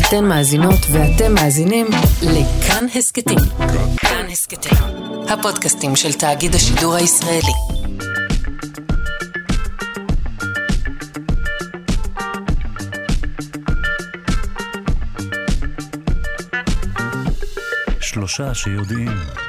אתן מאזינות ואתם מאזינים לכאן הסקטים. כאן הסקטים, הפודקאסטים של תאגיד השידור הישראלי. שלושה שיודעים.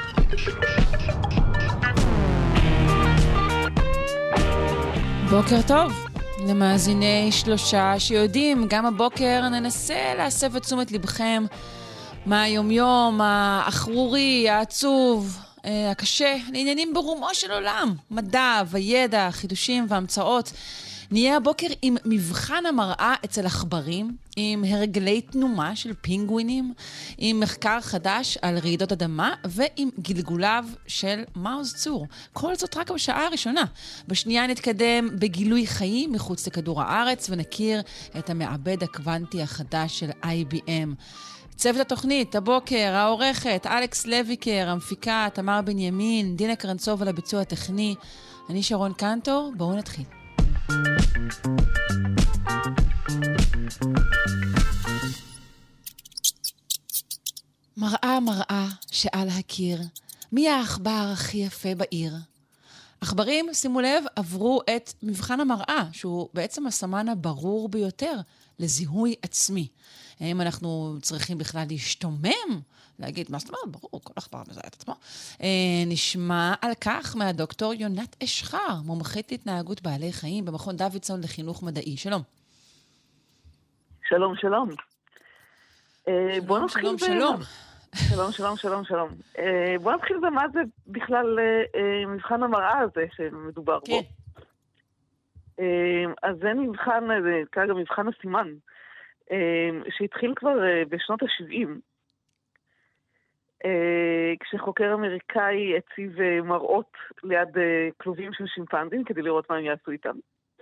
בוקר טוב למאזיני שלושה שיודעים. גם הבוקר ננסה להסב את תשומת לבכם מהיומיום האחרורי, העצוב, הקשה, לעניינים ברומו של עולם, מדע וידע, חידושים והמצאות. נהיה הבוקר עם מבחן המראה אצל עכברים, עם הרגלי תנומה של פינגווינים, עם מחקר חדש על רעידות אדמה ועם גלגוליו של מעוז צור. כל זאת רק בשעה הראשונה. בשנייה נתקדם בגילוי חיים מחוץ לכדור הארץ ונכיר את המעבד הקוונטי החדש של IBM. צוות התוכנית, הבוקר, העורכת, אלכס לויקר, המפיקה, תמר בנימין, דינה קרנצוב על הביצוע הטכני. אני שרון קנטור, בואו נתחיל. מראה שעל הקיר, מי העכבר הכי יפה בעיר? עכברים, שימו לב, עברו את מבחן המראה, שהוא בעצם הסמן הברור ביותר לזיהוי עצמי. האם אנחנו צריכים בכלל להשתומם? להגיד, מה זאת אומרת? ברור, כל עכבר מזהה את עצמו. נשמע על כך מהדוקטור יונת אשחר, מומחית להתנהגות בעלי חיים במכון דוידסון לחינוך מדעי. שלום. שלום, שלום. שלום. שלום. בוא נתחיל במה זה בכלל מבחן המראה הזה שמדובר בו. אז זה מבחן, זה כרגע מבחן הסימן, שהתחיל כבר בשנות ה-70, כשחוקר אמריקאי הציב מראות ליד כלובים של שימפנזים כדי לראות מה הם יעשו איתם.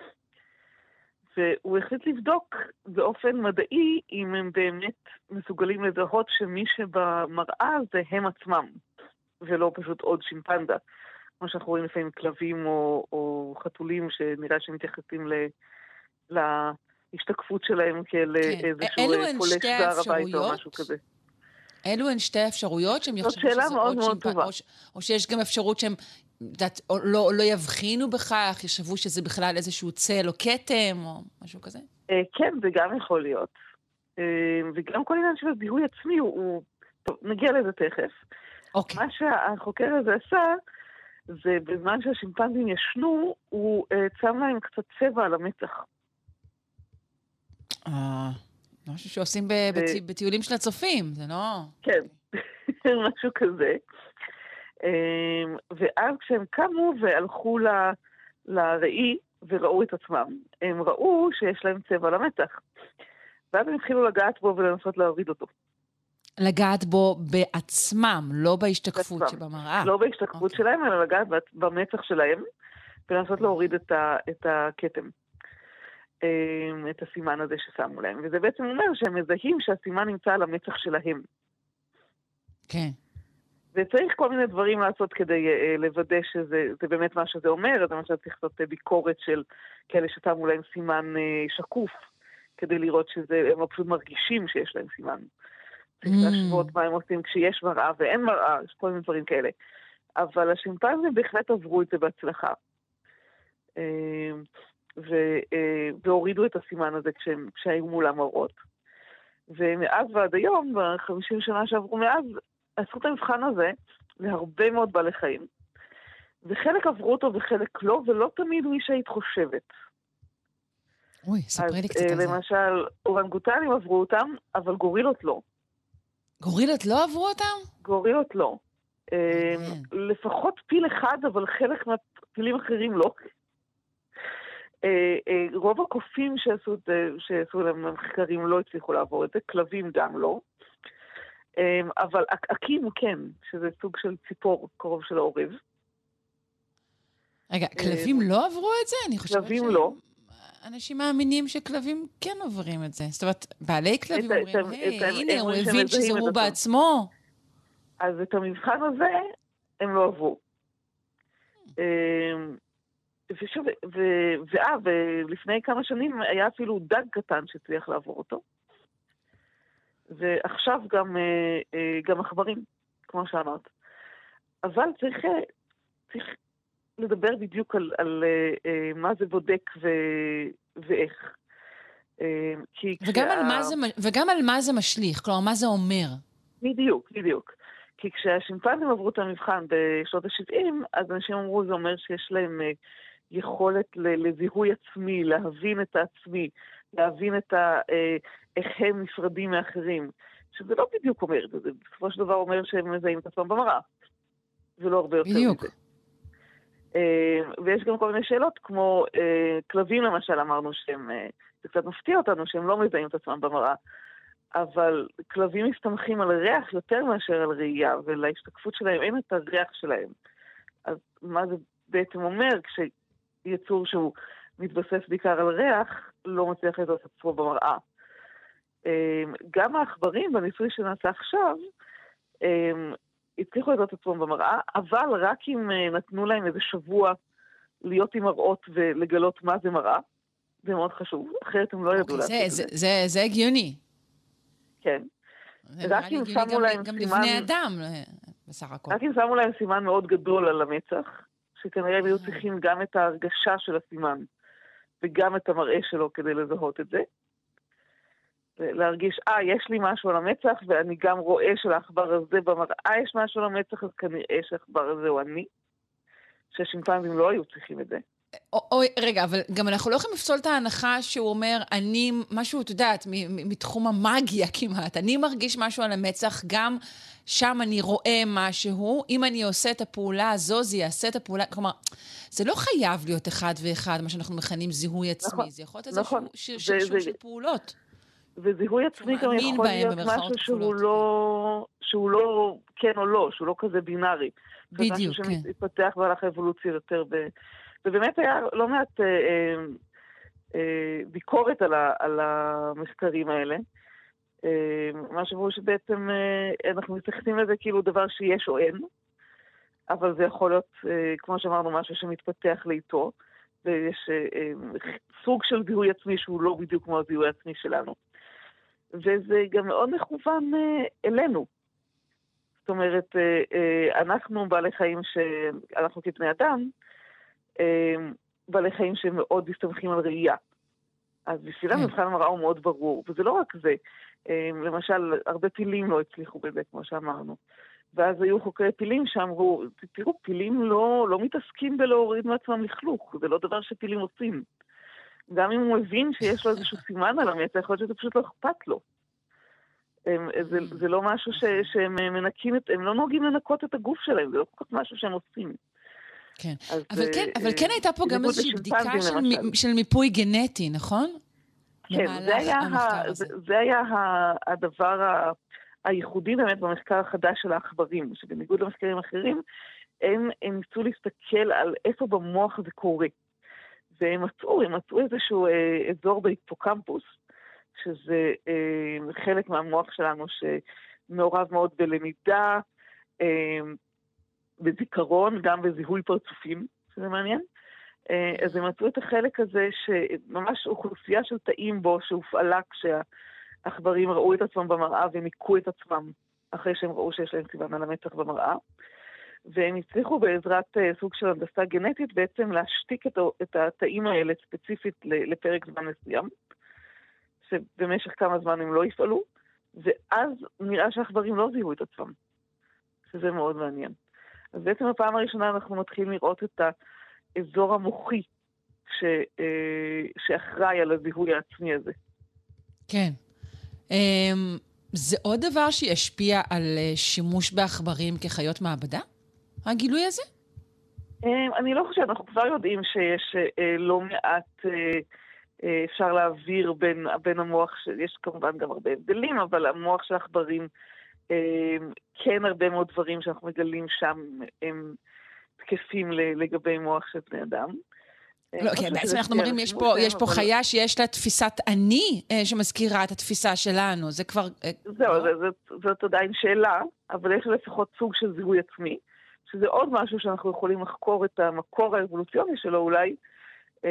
והוא החליט לבדוק באופן מדעי אם הם באמת מסוגלים לזהות שמי שבמראה זה הם עצמם, ולא פשוט עוד שימפנדה. כמו שאנחנו רואים לפעמים כלבים או חתולים שנראה שמתייחסים להשתקפות שלהם כאל איזשהו פולש בהר הבית או משהו כזה. אלו הן שתי אפשרויות שהם יחשבו שזה עוד שימפנדה, או שיש גם אפשרות שהם לא יבחינו בכך, יחשבו שזה בכלל איזשהו צל או כתם או משהו כזה? כן, זה גם יכול להיות. וגם כל עניין של הזיהוי עצמי טוב, נגיע לזה תכף. מה שהחוקר הזה עשה, זה בזמן שהשימפנזים ישנו, הוא שם להם קצת צבע על המצח. משהו שעושים בטיולים של הצופים, זה לא... כן, משהו כזה. ואז כשהם קמו והלכו לראי וראו את עצמם, הם ראו שיש להם צבע על המצח. ואז הם התחילו לגעת בו ולנסות להוריד אותו. לגעת בו בעצמם, לא בהשתקפות שבמראה. לא בהשתקפות שלהם, אלא לגעת במצח שלהם, ולנסות להוריד את הכתם. את הסימן הזה ששמו להם. וזה בעצם אומר שהם מזהים שהסימן נמצא על המצח שלהם. כן. וצריך כל מיני דברים לעשות כדי לוודא שזה באמת מה שזה אומר. אז למשל צריך לעשות ביקורת של כאלה ששמו להם סימן שקוף, כדי לראות שהם פשוט מרגישים שיש להם סימן. צריך להשוות מה הם עושים כשיש מראה ואין מראה, יש כל מיני דברים כאלה. אבל השימפנזים בהחלט עברו את זה בהצלחה. והורידו את הסימן הזה כשהיו מול המראות. ומאז ועד היום, ב-50 שנה שעברו מאז, עשו את המבחן הזה להרבה מאוד בעלי חיים. וחלק עברו אותו וחלק לא, ולא תמיד מי שהיית חושבת. אוי, ספרי לי קצת על זה. למשל, אורנגוטנים עברו אותם, אבל גורילות לא. גורילות לא עברו אותם? גורילות לא. לפחות פיל אחד, אבל חלק מהפילים אחרים לא. רוב הקופים שעשו להם מחקרים לא הצליחו לעבור את זה, כלבים גם לא. אבל עקים כן, שזה סוג של ציפור קרוב של העורב. רגע, כלבים לא עברו את זה? אני חושבת כלבים לא. אנשים מאמינים שכלבים כן עוברים את זה. זאת אומרת, בעלי כלבים אומרים, הנה, הוא הבין שזה הוא בעצמו. אז את המבחן הזה הם לא עברו. ולפני כמה שנים היה אפילו דג קטן שצריך לעבור אותו. ועכשיו גם עכברים, כמו שאמרת. אבל צריך לדבר בדיוק על מה זה בודק ואיך. וגם על מה זה משליך, כלומר, מה זה אומר. בדיוק. כי כשהשימפנזים עברו את המבחן בשנות ה-70, אז אנשים אמרו, זה אומר שיש להם יכולת לזיהוי עצמי, להבין את העצמי, להבין איך הם נפרדים מאחרים. שזה לא בדיוק אומר, זה בסופו של דבר אומר שהם מזהים את עצמם במראה. זה לא הרבה יותר מזה. ויש גם כל מיני שאלות, כמו כלבים למשל, אמרנו שהם, זה קצת מפתיע אותנו שהם לא מזהים את עצמם במראה, אבל כלבים מסתמכים על ריח יותר מאשר על ראייה, ולהשתקפות שלהם אין את הריח שלהם. אז מה זה בעצם אומר כשיצור שהוא מתבסס בעיקר על ריח, לא מצליח לזהות את עצמו במראה. גם העכברים בניסוי שנעשה עכשיו, הצליחו לזהות את עצמם במראה, אבל רק אם נתנו להם איזה שבוע להיות עם מראות ולגלות מה זה מראה, זה מאוד חשוב, אחרת הם לא ידעו לעשות את זה. זה הגיוני. כן. רק אם שמו להם גם לבני אדם, בסך הכל. רק אם שמו להם סימן מאוד גדול על המצח, שכנראה הם היו צריכים גם את ההרגשה של הסימן, וגם את המראה שלו כדי לזהות את זה. להרגיש, יש לי משהו על המצח, ואני גם רואה שלאחבר הזה במראה יש משהו על המצח, אז כנראה שהאחבר הזה הוא אני. שהשימפנזים לא היו צריכים את זה. רגע, אבל גם אנחנו לא יכולים לפסול את ההנחה שהוא אומר, אני, משהו, את יודעת, מתחום המאגיה כמעט, אני מרגיש משהו על המצח, גם שם אני רואה משהו, אם אני עושה את הפעולה הזו, זה יעשה את הפעולה, כלומר, זה לא חייב להיות אחד ואחד, מה שאנחנו מכנים זיהוי עצמי, זה יכול להיות איזשהו שרשור של פעולות. וזיהוי עצמי גם יכול להיות משהו שהוא לא כן או לא, שהוא לא כזה בינארי. בדיוק, כן. משהו שמתפתח בהלך האבולוציה יותר ובאמת היה לא מעט ביקורת על המחקרים האלה. מה שאומרו שבעצם אנחנו מתייחסים לזה כאילו דבר שיש או אין, אבל זה יכול להיות, כמו שאמרנו, משהו שמתפתח לאיתו, ויש סוג של זיהוי עצמי שהוא לא בדיוק כמו הזיהוי העצמי שלנו. וזה גם מאוד מכוון אלינו. זאת אומרת, אנחנו בעלי חיים אנחנו כבני אדם, בעלי חיים שמאוד מסתמכים על ראייה. אז בשבילם מבחן המראה הוא מאוד ברור, וזה לא רק זה. למשל, הרבה פילים לא הצליחו בזה, כמו שאמרנו. ואז היו חוקרי פילים שאמרו, תראו, פילים לא מתעסקים בלהוריד מעצמם לכלוך, זה לא דבר שפילים עושים. גם אם הוא מבין שיש לו איזשהו סימן על המצח, יכול להיות שזה פשוט לא אכפת לו. זה לא משהו שהם מנקים, הם לא נוהגים לנקות את הגוף שלהם, זה לא כל כך משהו שהם עושים. כן, אבל כן הייתה פה גם איזושהי בדיקה של מיפוי גנטי, נכון? כן, זה היה הדבר הייחודי באמת במחקר החדש של העכברים, שבניגוד למחקרים אחרים, הם ניסו להסתכל על איפה במוח זה קורה. והם מצאו איזשהו אזור בהיפוקמפוס, שזה חלק מהמוח שלנו שמעורב מאוד בלמידה, בזיכרון, גם בזיהוי פרצופים, שזה מעניין. אז הם מצאו את החלק הזה שממש אוכלוסייה של תאים בו שהופעלה כשהעכברים ראו את עצמם במראה וניקו את עצמם אחרי שהם ראו שיש להם סימן על המצח במראה. והם הצליחו בעזרת סוג של הנדסה גנטית בעצם להשתיק את התאים האלה ספציפית לפרק זמן מסוים, שבמשך כמה זמן הם לא יפעלו, ואז נראה שהעכברים לא זיהו את עצמם, שזה מאוד מעניין. אז בעצם הפעם הראשונה אנחנו מתחילים לראות את האזור המוחי שאחראי על הזיהוי העצמי הזה. כן. זה עוד דבר שישפיע על שימוש בעכברים כחיות מעבדה? הגילוי הזה? אני לא חושבת, אנחנו כבר יודעים שיש לא מעט, אפשר להעביר בין המוח, יש כמובן גם הרבה הבדלים, אבל המוח של עכברים, כן הרבה מאוד דברים שאנחנו מגלים שם, הם תקפים לגבי מוח של בני אדם. לא, כן, בעצם אנחנו אומרים, יש פה חיה שיש לה תפיסת אני שמזכירה את התפיסה שלנו, זה כבר... זהו, זאת עדיין שאלה, אבל יש לפחות סוג של זיהוי עצמי, שזה עוד משהו שאנחנו יכולים לחקור את המקור האבולוציוני שלו אולי,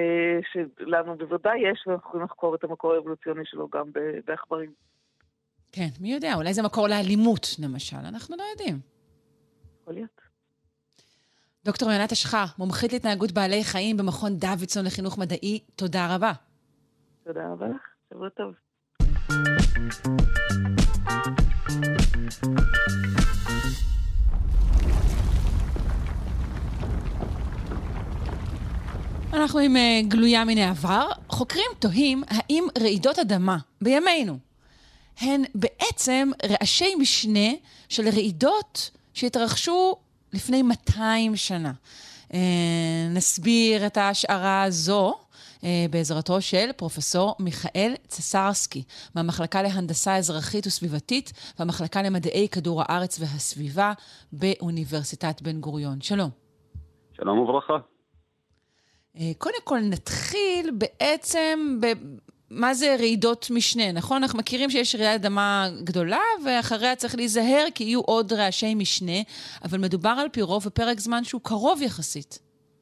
שלנו בוודאי יש, ואנחנו יכולים לחקור את המקור האבולוציוני שלו גם בעכברים. כן, מי יודע, אולי זה מקור לאלימות, למשל, אנחנו לא יודעים. יכול להיות. דוקטור יונת אשחר, מומחית להתנהגות בעלי חיים במכון דוידסון לחינוך מדעי, תודה רבה. תודה רבה לך, שבוע טוב. אנחנו עם גלויה מן העבר. חוקרים תוהים האם רעידות אדמה בימינו הן בעצם רעשי משנה של רעידות שהתרחשו לפני 200 שנה. נסביר את ההשערה הזו בעזרתו של פרופסור מיכאל צסרסקי, מהמחלקה להנדסה אזרחית וסביבתית והמחלקה למדעי כדור הארץ והסביבה באוניברסיטת בן גוריון. שלום. שלום וברכה. קודם כל נתחיל בעצם מה זה רעידות משנה, נכון? אנחנו מכירים שיש רעידת אדמה גדולה ואחריה צריך להיזהר כי יהיו עוד רעשי משנה, אבל מדובר על פי רוב בפרק זמן שהוא קרוב יחסית.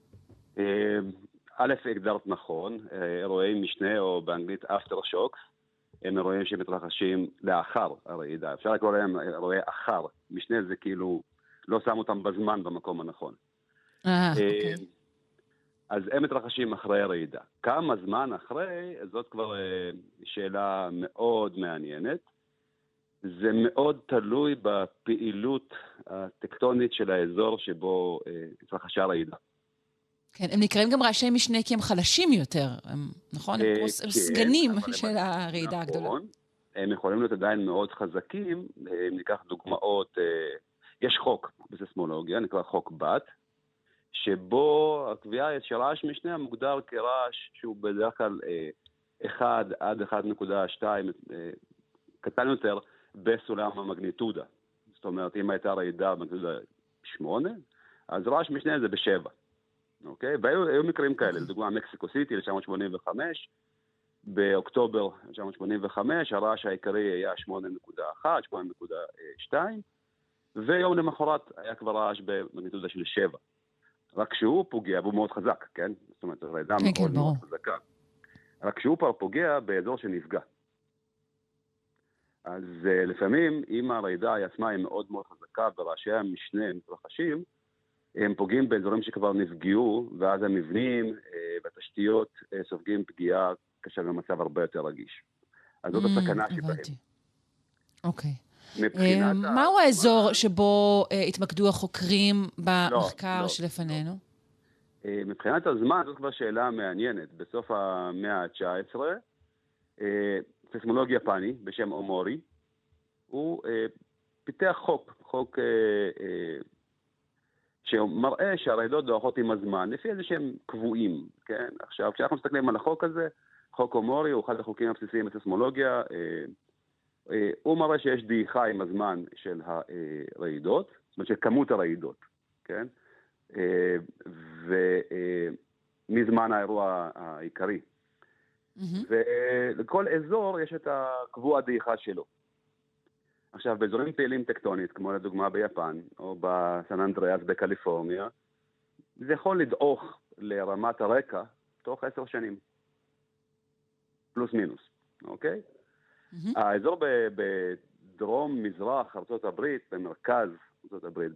א', הגדרת נכון, אירועי משנה או באנגלית after shocks, הם אירועים שמתרחשים לאחר הרעידה. אפשר לקרוא להם אירועי אחר. משנה זה כאילו לא שם אותם בזמן במקום הנכון. אוקיי. אז הם מתרחשים אחרי הרעידה. כמה זמן אחרי, זאת כבר שאלה מאוד מעניינת. זה מאוד תלוי בפעילות הטקטונית של האזור שבו התרחשה הרעידה. כן, הם נקראים גם רעשי משנה כי הם חלשים יותר, נכון? הם סגנים של הרעידה הגדולה. נכון, הם יכולים להיות עדיין מאוד חזקים. אם ניקח דוגמאות, יש חוק בסיסמולוגיה, נקרא חוק בת, שבו הקביעה של רעש משנה מוגדר כרעש שהוא בדרך כלל 1 עד 1.2 קטן יותר בסולם המגניטודה. זאת אומרת, אם הייתה רעידה במגניטודה 8, אז רעש משנה זה ב7. אוקיי? והיו מקרים כאלה, לדוגמה מקסיקו סיטי, 1985, באוקטובר 1985, הרעש העיקרי היה 8.1, 8.2, ויום למחרת היה כבר רעש במגניטודה של 7. רק שהוא פוגע, והוא מאוד חזק, כן? זאת אומרת, רעידה מאוד מאוד חזקה. רק שהוא פוגע באזור שנפגע. אז לפעמים, אם הרעידה עצמה היא מאוד מאוד חזקה, ורעשי המשנה מתרחשים, הם פוגעים באזורים שכבר נפגעו, ואז המבנים והתשתיות סופגים פגיעה כאשר במצב הרבה יותר רגיש. אז זאת הסכנה שבהם. אוקיי. מהו האזור שבו התמקדו החוקרים במחקר שלפנינו? מבחינת הזמן, זאת כבר שאלה מעניינת. בסוף המאה ה-19, סיסמולוג יפני בשם אומורי, הוא פיתח חוק שמראה שהרעידות דועכות עם הזמן, לפי איזה שהם קבועים, כן? עכשיו, כשאנחנו מסתכלים על החוק הזה, חוק אומורי הוא אחד החוקים הבסיסיים בסיסמולוגיה, הוא מראה שיש דעיכה עם הזמן של הרעידות, זאת אומרת של כמות הרעידות, כן? ומזמן האירוע העיקרי. ולכל אזור יש את הקבוע דעיכה שלו. עכשיו, באזורים פעילים טקטונית, כמו לדוגמה ביפן, או בסן אנדריאס בקליפורניה, זה יכול לדעוך לרמת הרקע תוך 10 שנים. פלוס מינוס, אוקיי? האזור בדרום מזרח ארצות הברית, במרכז ארצות הברית,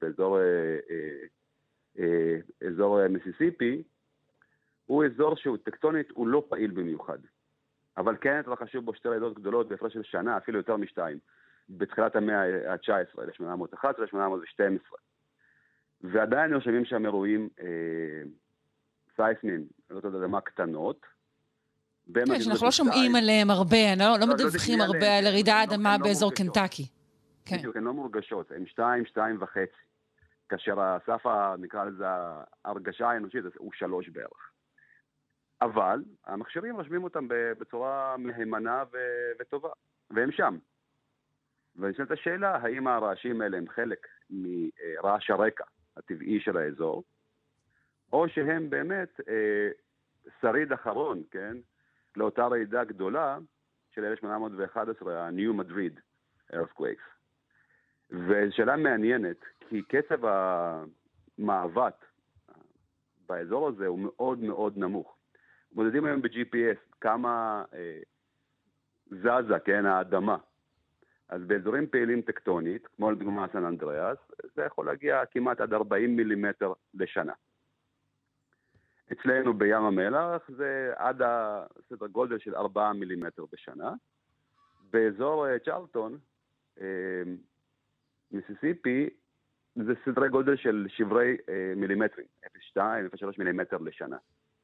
באזור מיסיסיפי, הוא אזור שהוא טקטונית, הוא לא פעיל במיוחד. אבל כן התרחשו בו 2 רעידות גדולות בהפרש של שנה, אפילו יותר מ2, בתחילת המאה ה-19, 1811, 1812. ועדיין נרשמים שם אירועים סייסמיים, רעידות אדמה קטנות, כן, שאנחנו לא שומעים עליהם הרבה, לא מדווחים הרבה על רעידת אדמה באזור קנטקי. בדיוק, הן לא מורגשות, הן 2, 2.5. כאשר הסף, נקרא לזה, ההרגשה האנושית, הוא 3 בערך. אבל המכשירים רשמים אותם בצורה מהימנה וטובה, והם שם. ונשאלת השאלה, האם הרעשים האלה הם חלק מרעש הרקע הטבעי של האזור, או שהם באמת שריד אחרון, כן? לאותה רעידה גדולה של 1811, ה-New Madrid Earthquakes. ושאלה מעניינת, כי קצב המאבק באזור הזה הוא מאוד מאוד נמוך. מודדים היום ב-GPS כמה זזה, כן, האדמה. אז באזורים פעילים טקטונית, כמו לדוגמה סן אנדריאס, זה יכול להגיע כמעט עד 40 מילימטר לשנה. אצלנו בים המלח זה עד הסדר גודל של 4 מילימטר בשנה. באזור צ'רלטון, מיסיסיפי, זה סדרי גודל של שברי מילימטרים, 0.2, 0.3 מילימטר לשנה.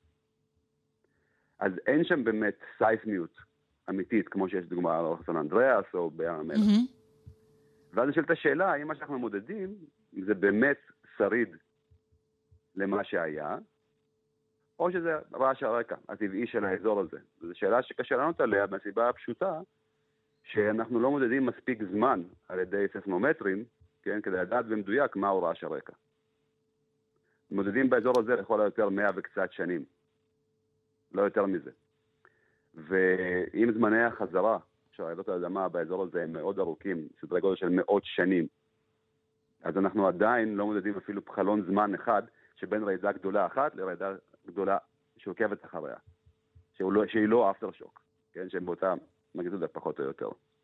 אז אין שם באמת סייסמיות אמיתית, כמו שיש דוגמה על סן אנדריאס או בים המלח. ואז נשאלת השאלה, האם מה שאנחנו מודדים, זה באמת שריד למה שהיה, או שזה רעש הרקע הטבעי של האזור הזה. זו שאלה שקשה לענות עליה מהסיבה הפשוטה, שאנחנו לא מודדים מספיק זמן על ידי ססמומטרים, כן, כדי לדעת במדויק מהו רעש הרקע. מודדים באזור הזה לכל היותר 100 וקצת שנים. לא יותר מזה. ואם זמני החזרה של רעידות האדמה באזור הזה הם מאוד ארוכים, סדרי גודל של מאות שנים, אז אנחנו עדיין לא מודדים אפילו חלון זמן אחד שבין רעידה גדולה אחת לרעידה גדולה שעוקבת אחריה. שהיא לא אפטר שוק, כן? שהם באותה מגניטודה פחות או יותר.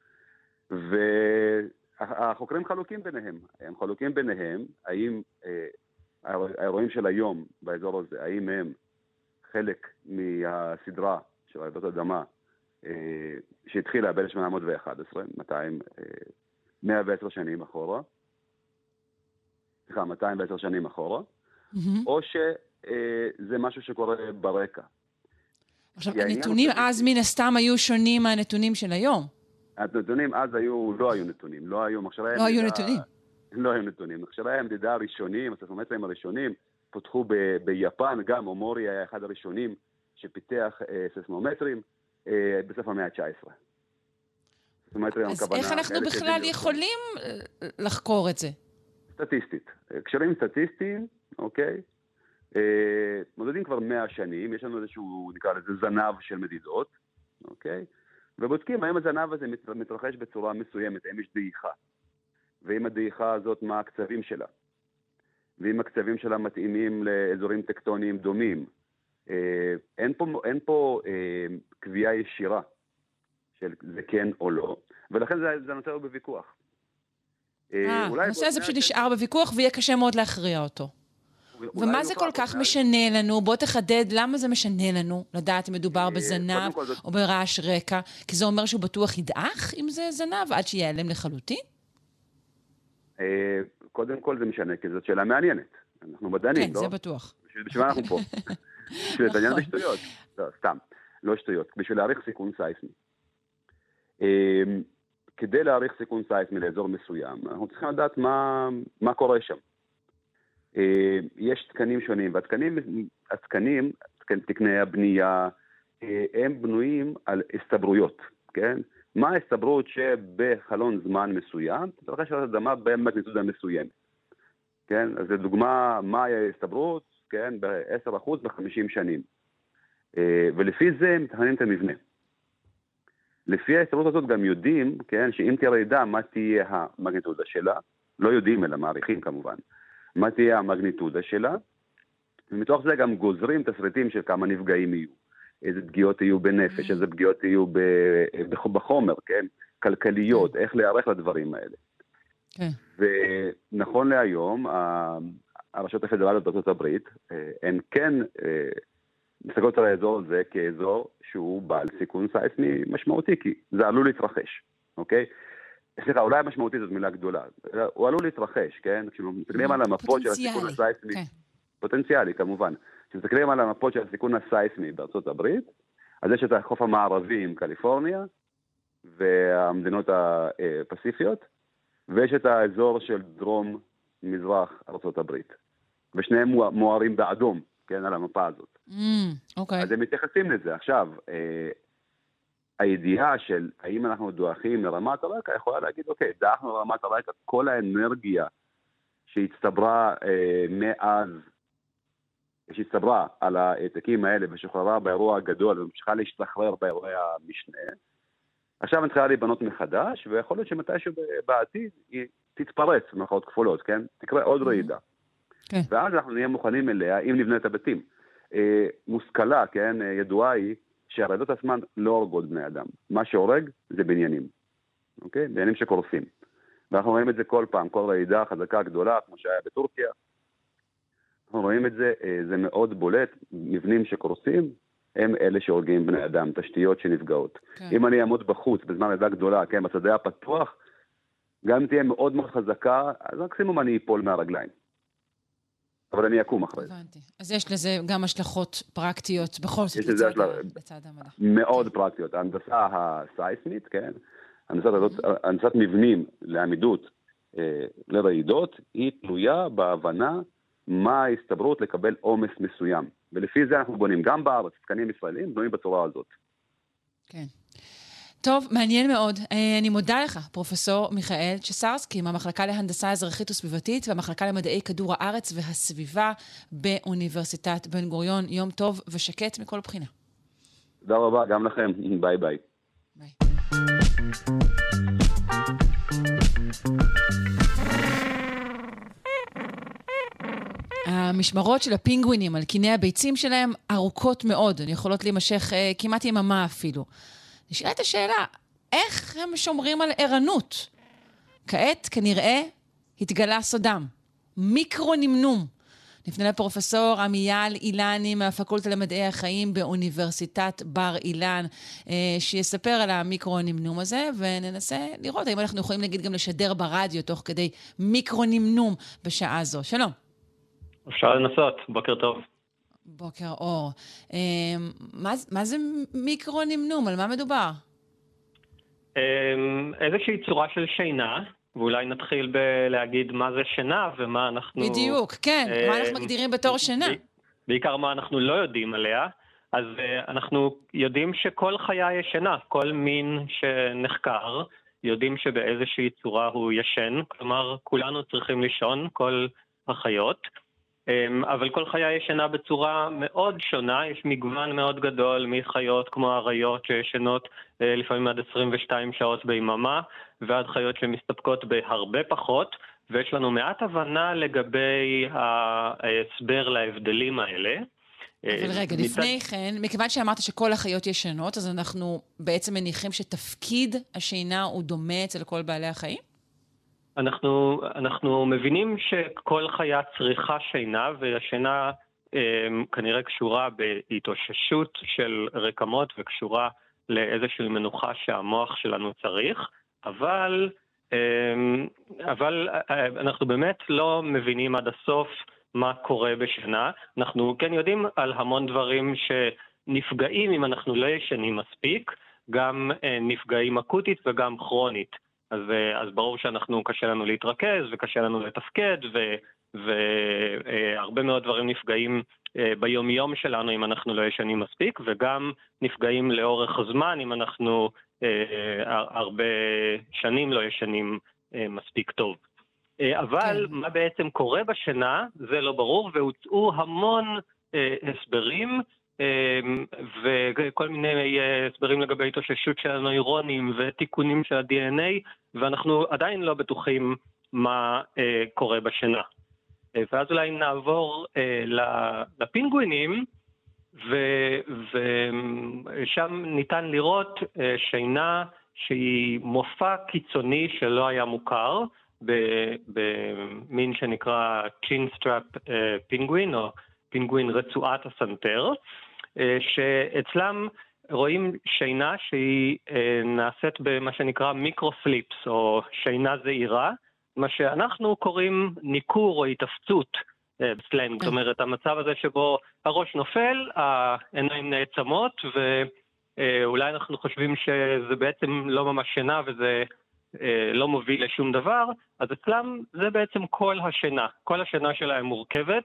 והחוקרים חלוקים ביניהם. הם חלוקים ביניהם, האם האירועים של היום באזור הזה, האם הם חלק מהסדרה של רעידות אדמה שהתחילה ב-1811, 110 שנים אחורה, 210 שנים אחורה, או שזה משהו שקורה ברקע. עכשיו, הנתונים אז מן הסתם היו שונים מהנתונים של היום. הנתונים אז לא היו נתונים, לא היו נתונים. לא היו נתונים. מכשירי המדידה הראשונים, הססמומטרים הראשונים, פותחו ביפן, גם אומורי היה אחד הראשונים שפיתח ססמומטרים בסוף המאה ה-19. אז איך אנחנו בכלל יכולים לחקור את זה? סטטיסטית. קשרים סטטיסטיים, אוקיי? מודדים כבר 100 שנים, יש לנו איזשהו, נקרא לזה, זנב של מדידות, אוקיי? ובודקים האם הזנב הזה מתרחש בצורה מסוימת, האם יש דעיכה. ואם הדעיכה הזאת, מה הקצבים שלה. ואם הקצבים שלה מתאימים לאזורים טקטוניים דומים. אין פה קביעה ישירה של זה כן או לא, ולכן זה נושא הוא בוויכוח. הנושא הזה פשוט נשאר בוויכוח ויהיה קשה מאוד להכריע אותו. ומה זה כל כך משנה לנו? בוא תחדד למה זה משנה לנו לדעת אם מדובר בזנב או ברעש רקע, כי זה אומר שהוא בטוח ידעך אם זה זנב עד שיעלם לחלוטין? קודם כל זה משנה, כי זאת שאלה מעניינת. אנחנו מדענים, לא? כן, זה בטוח. בשביל מה אנחנו פה? בשביל לדעניין בשטויות. לא, סתם, לא שטויות. בשביל להעריך סיכון סייסמי. כדי להעריך סיכון סייסמי לאזור מסוים, אנחנו צריכים לדעת מה קורה שם. יש תקנים שונים, והתקנים, תקני הבנייה, הם בנויים על הסתברויות, כן? מה ההסתברות שבחלון זמן מסוים, תתרחש רעידת אדמה במגניטודה מסוימת, כן? אז לדוגמה, מה ההסתברות, כן? ב-10% ב-50 שנים. ולפי זה מתכננים את המבנה. לפי ההסתברות הזאת גם יודעים, כן? שאם תהיה רעידה, מה תהיה המגניטודה שלה? לא יודעים, אלא מעריכים כמובן. מה תהיה המגניטודה שלה? ומתוך זה גם גוזרים תסריטים של כמה נפגעים יהיו. איזה פגיעות יהיו בנפש, איזה פגיעות יהיו בחומר, כן? כלכליות, איך להיערך לדברים האלה. כן. ונכון להיום, הרשות הפדרליות בארצות הברית, הן כן מסתכלות על האזור הזה כאזור שהוא בעל סיכון סייסמי משמעותי, כי זה עלול להתרחש, אוקיי? סליחה, אולי המשמעותי זאת מילה גדולה. הוא עלול להתרחש, כן? כשמסתכלים על המפות של הסיכון הסייסמי, פוטנציאלי כמובן. כשמסתכלים על המפות של הסיכון הסייסמי בארצות הברית, אז יש את החוף המערבי עם קליפורניה, והמדינות הפסיפיות, ויש את האזור של דרום-מזרח ארצות הברית. ושניהם מוארים באדום, כן, על המפה הזאת. אוקיי. אז הם מתייחסים לזה. עכשיו, הידיעה של האם אנחנו דואחים לרמת הרקע, יכולה להגיד, אוקיי, דאחנו לרמת הרקע, כל האנרגיה שהצטברה מאז, שהצטברה על העתקים האלה ושוחררה באירוע הגדול וממשיכה להשתחרר באירועי המשנה, עכשיו אני צריכה להיבנות מחדש, ויכול להיות שמתישהו בעתיד היא תתפרץ, במרכאות כפולות, כן? תקרה עוד רעידה. כן. ואז אנחנו נהיה מוכנים אליה, אם נבנה את הבתים. מושכלה, כן, ידועה היא, שהרעידות עצמן לא הורגות בני אדם. מה שהורג זה בניינים. אוקיי? בניינים שקורסים. ואנחנו רואים את זה כל פעם, כל רעידה חזקה גדולה, כמו שהיה בטורקיה. אנחנו רואים את זה, זה מאוד בולט, מבנים שקורסים, הם אלה שהורגים בני אדם, תשתיות שנפגעות. כן. אם אני אעמוד בחוץ בזמן רעידה גדולה, כן, בשדה הפתוח, גם אם תהיה מאוד מאוד חזקה, אז מקסימום אני אפול מהרגליים. אבל אני אקום אחרי זה. הבנתי. אז יש לזה גם השלכות פרקטיות, בכל זאת לצד המדע. מאוד פרקטיות. ההנדסה הסייסמית, כן, הנדסת מבנים לעמידות לרעידות, היא תלויה בהבנה מה ההסתברות לקבל עומס מסוים. ולפי זה אנחנו בונים. גם בארץ, תקנים ישראלים, בנויים בצורה הזאת. כן. טוב, מעניין מאוד. אני מודה לך, פרופסור מיכאל צ'סרסקי, מהמחלקה להנדסה אזרחית וסביבתית והמחלקה למדעי כדור הארץ והסביבה באוניברסיטת בן גוריון. יום טוב ושקט מכל בחינה. תודה רבה, גם לכם. ביי ביי. ביי. המשמרות של הפינגווינים על קיני הביצים שלהם ארוכות מאוד, הן יכולות להימשך כמעט יממה אפילו. נשאלת השאלה, איך הם שומרים על ערנות? כעת, כנראה, התגלה סודם. מיקרו-נמנום. נפנה לפרופסור עמיאל אילני מהפקולטה למדעי החיים באוניברסיטת בר אילן, שיספר על המיקרו-נמנום הזה, וננסה לראות האם אנחנו יכולים להגיד גם לשדר ברדיו תוך כדי מיקרו-נמנום בשעה זו. שלום. אפשר לנסות, בוקר טוב. בוקר אור. מה זה מיקרו-נמנום? על מה מדובר? איזושהי צורה של שינה, ואולי נתחיל בלהגיד מה זה שינה ומה אנחנו... בדיוק, כן. מה אנחנו מגדירים בתור שינה? בעיקר מה אנחנו לא יודעים עליה. אז אנחנו יודעים שכל חיה ישנה, כל מין שנחקר, יודעים שבאיזושהי צורה הוא ישן, כלומר כולנו צריכים לישון, כל החיות. אבל כל חיה ישנה בצורה מאוד שונה, יש מגוון מאוד גדול מחיות כמו אריות שישנות לפעמים עד 22 שעות ביממה, ועד חיות שמסתפקות בהרבה פחות, ויש לנו מעט הבנה לגבי ההסבר להבדלים האלה. אבל רגע, לפני כן, מכיוון שאמרת שכל החיות ישנות, אז אנחנו בעצם מניחים שתפקיד השינה הוא דומה אצל כל בעלי החיים? אנחנו מבינים שכל חיה צריכה שינה, והשינה כנראה קשורה בהתאוששות של רקמות וקשורה לאיזושהי מנוחה שהמוח שלנו צריך, אבל אנחנו באמת לא מבינים עד הסוף מה קורה בשינה. אנחנו כן יודעים על המון דברים שנפגעים אם אנחנו לא ישנים מספיק, גם נפגעים אקוטית וגם כרונית. אז ברור שאנחנו קשה לנו להתרכז וקשה לנו לתפקד והרבה מאוד דברים נפגעים ביום יום שלנו אם אנחנו לא ישנים מספיק, וגם נפגעים לאורך הזמן אם אנחנו הרבה שנים לא ישנים מספיק טוב. אבל מה בעצם קורה בשינה זה לא ברור, והוצאו המון הסברים וכל מיני הסברים לגבי התאוששות של הנוירונים ותיקונים של ה-DNA, ואנחנו עדיין לא בטוחים מה קורה בשינה. ואז אולי נעבור לפינגווינים, ושם ניתן לראות שינה שהיא מופע קיצוני שלא היה מוכר, במין שנקרא chinstrap פינגווין, או פינגווין רצועת הסנטר, שאצלם רואים שינה שהיא נעשית במה שנקרא מיקרו-סליפס, או שינה זעירה, מה שאנחנו קוראים ניכור או התאפצות בסלנג. זאת אומרת, המצב הזה שבו הראש נופל, העיניים נעצמות, ואולי אנחנו חושבים שזה בעצם לא ממש שינה וזה לא מוביל לשום דבר, אז אצלם זה בעצם כל השינה. כל השינה שלהם מורכבת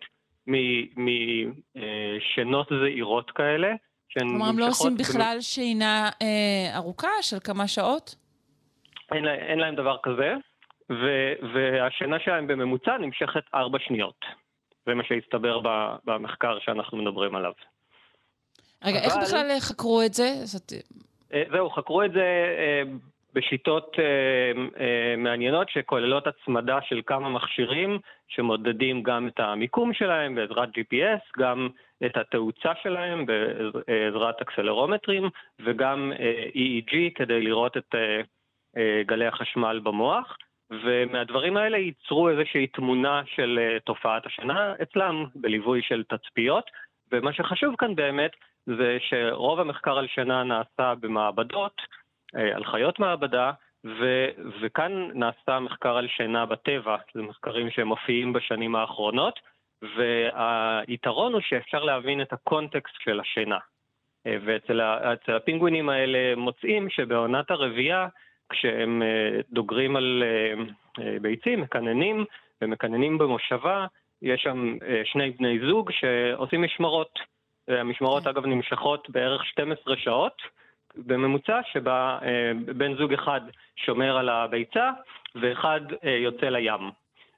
משינות זעירות כאלה. כלומר, הם לא עושים בכלל שינה ארוכה של כמה שעות? אין להם דבר כזה, והשינה שלהם בממוצע נמשכת 4 שניות. זה מה שהסתבר במחקר שאנחנו מדברים עליו. רגע, איך בכלל חקרו את זה? זהו, חקרו את זה בשיטות מעניינות שכוללות הצמדה של כמה מכשירים שמודדים גם את המיקום שלהם בעזרת GPS, גם את התאוצה שלהם בעזרת אקסלרומטרים, וגם EEG כדי לראות גלי החשמל במוח, ומהדברים האלה ייצרו איזושהי תמונה של תופעת השינה אצלם, בליווי של תצפיות, ומה שחשוב כאן באמת זה שרוב המחקר על שינה נעשה במעבדות, על חיות מעבדה, וכאן נעשה מחקר על שינה בטבע, זה מחקרים שמופיעים בשנים האחרונות, והיתרון הוא שאפשר להבין את הקונטקסט של השינה. ואצל הפינגווינים האלה מוצאים שבעונת הרבייה, כשהם דוגרים על ביצים, מקננים, ומקננים במושבה, יש שם שני בני זוג שעושים משמרות. המשמרות אגב נמשכות בערך 12 שעות, בממוצע שבה בן זוג אחד שומר על הביצה, ואחד יוצא לים.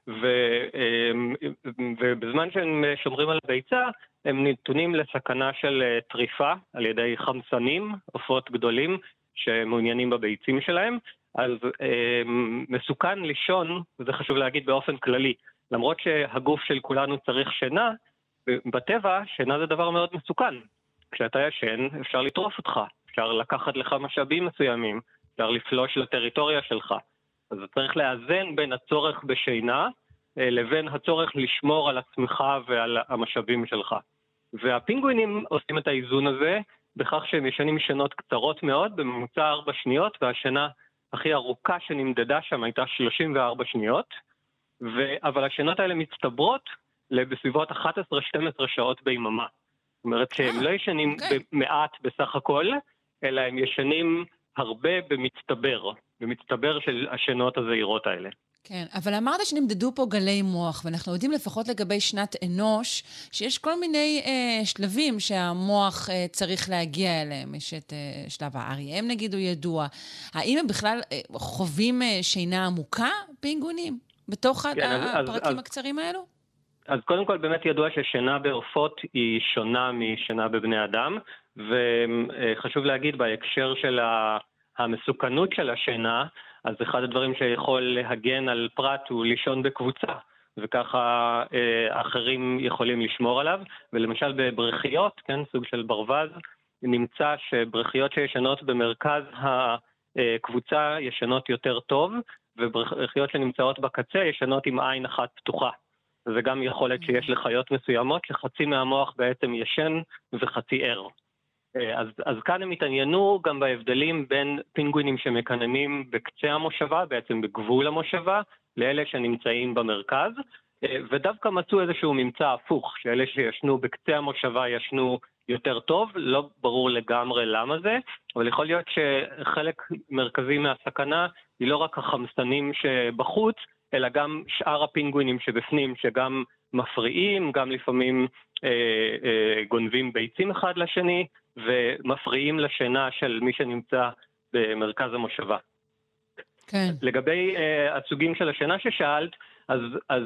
ובזמן שהם שומרים על הביצה, הם נתונים לסכנה של טריפה על ידי חמסנים, עופות גדולים שמעוניינים בביצים שלהם, אז מסוכן לישון, וזה חשוב להגיד באופן כללי, למרות שהגוף של כולנו צריך שינה, בטבע שינה זה דבר מאוד מסוכן. כשאתה ישן אפשר לטרוף אותך, אפשר לקחת לך משאבים מסוימים, אפשר לפלוש לטריטוריה שלך. אז צריך לאזן בין הצורך בשינה לבין הצורך לשמור על עצמך ועל המשאבים שלך. והפינגווינים עושים את האיזון הזה בכך שהם ישנים שינות קצרות מאוד, בממוצע 4 שניות, והשינה הכי ארוכה שנמדדה שם הייתה 34 שניות, אבל השינות האלה מצטברות בסביבות 11-12 שעות ביממה. זאת אומרת שהם לא ישנים במעט בסך הכל, אלא הם ישנים הרבה במצטבר של השינות הזהירות האלה. כן, אבל אמרת שנמדדו פה גלי מוח, ואנחנו יודעים לפחות לגבי שנת אנוש, שיש כל מיני שלבים שהמוח צריך להגיע אליהם. יש את שלב ה-REM נגיד הוא ידוע. האם הם בכלל חווים שינה עמוקה, פינגווינים, בתוך הפרקים הקצרים האלו? אז קודם כל באמת ידוע ששינה בעופות היא שונה משינה בבני אדם, וחשוב להגיד בהקשר של המסוכנות של השינה, אז אחד הדברים שיכול להגן על פרט הוא לישון בקבוצה, וככה אחרים יכולים לשמור עליו, ולמשל בברכיות, כן, סוג של ברווז, נמצא שברכיות שישנות במרכז הקבוצה ישנות יותר טוב, וברכיות שנמצאות בקצה ישנות עם עין אחת פתוחה. זה גם יכולת שיש לחיות מסוימות, שחצי מהמוח בעצם ישן וחצי ער. אז כאן הם התעניינו גם בהבדלים בין פינגווינים שמקננים בקצה המושבה, בעצם בגבול המושבה, לאלה שנמצאים במרכז, ודווקא מצאו איזשהו ממצא הפוך, שאלה שישנו בקצה המושבה ישנו יותר טוב, לא ברור לגמרי למה זה, אבל יכול להיות שחלק מרכזי מהסכנה היא לא רק החמסנים שבחוץ, אלא גם שאר הפינגווינים שבפנים, שגם מפריעים, גם לפעמים גונבים ביצים אחד לשני, ומפריעים לשינה של מי שנמצא במרכז המושבה. כן. לגבי הסוגים של השינה ששאלת, אז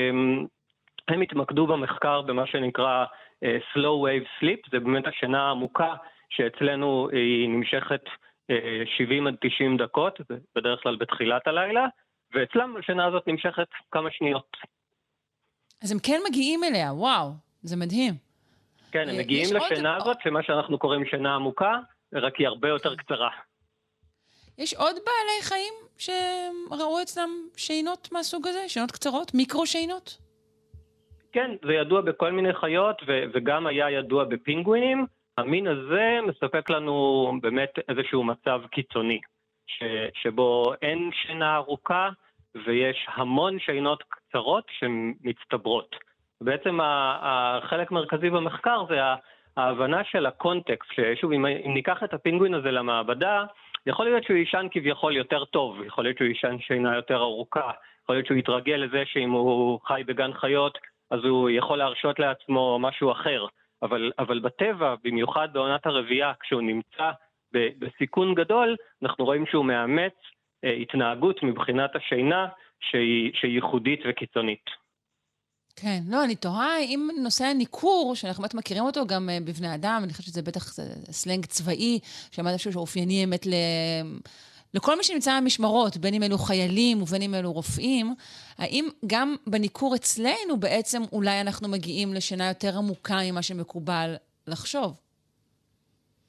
הם התמקדו במחקר במה שנקרא slow wave sleep, זה באמת השינה העמוקה שאצלנו היא נמשכת 70 עד 90 דקות, בדרך כלל בתחילת הלילה, ואצלם השינה הזאת נמשכת כמה שניות. אז הם כן מגיעים אליה, וואו, זה מדהים. כן, הם מגיעים לשינה הזאת, שמה שאנחנו קוראים שינה עמוקה, רק היא הרבה יותר קצרה. יש עוד בעלי חיים שראו אצלם שינות מהסוג הזה? שינות קצרות? מיקרו-שינות? כן, זה ידוע בכל מיני חיות, וגם היה ידוע בפינגווינים. המין הזה מספק לנו באמת איזשהו מצב קיצוני, שבו אין שינה ארוכה, ויש המון שינות קצרות שמצטברות. בעצם החלק מרכזי במחקר זה ההבנה של הקונטקסט, ששוב, אם ניקח את הפינגווין הזה למעבדה, יכול להיות שהוא יישן כביכול יותר טוב, יכול להיות שהוא יישן שינה יותר ארוכה, יכול להיות שהוא יתרגל לזה שאם הוא חי בגן חיות, אז הוא יכול להרשות לעצמו משהו אחר. אבל בטבע, במיוחד בעונת הרבייה, כשהוא נמצא בסיכון גדול, אנחנו רואים שהוא מאמץ התנהגות מבחינת השינה שהיא ייחודית וקיצונית. כן, לא, אני תוהה אם נושא הניכור, שאנחנו באמת מכירים אותו גם בבני אדם, אני חושבת שזה בטח סלנג צבאי, שעמד איפשהו שאופייני אמת לכל מי שנמצא במשמרות, בין אם אלו חיילים ובין אם אלו רופאים, האם גם בניכור אצלנו בעצם אולי אנחנו מגיעים לשינה יותר עמוקה ממה שמקובל לחשוב?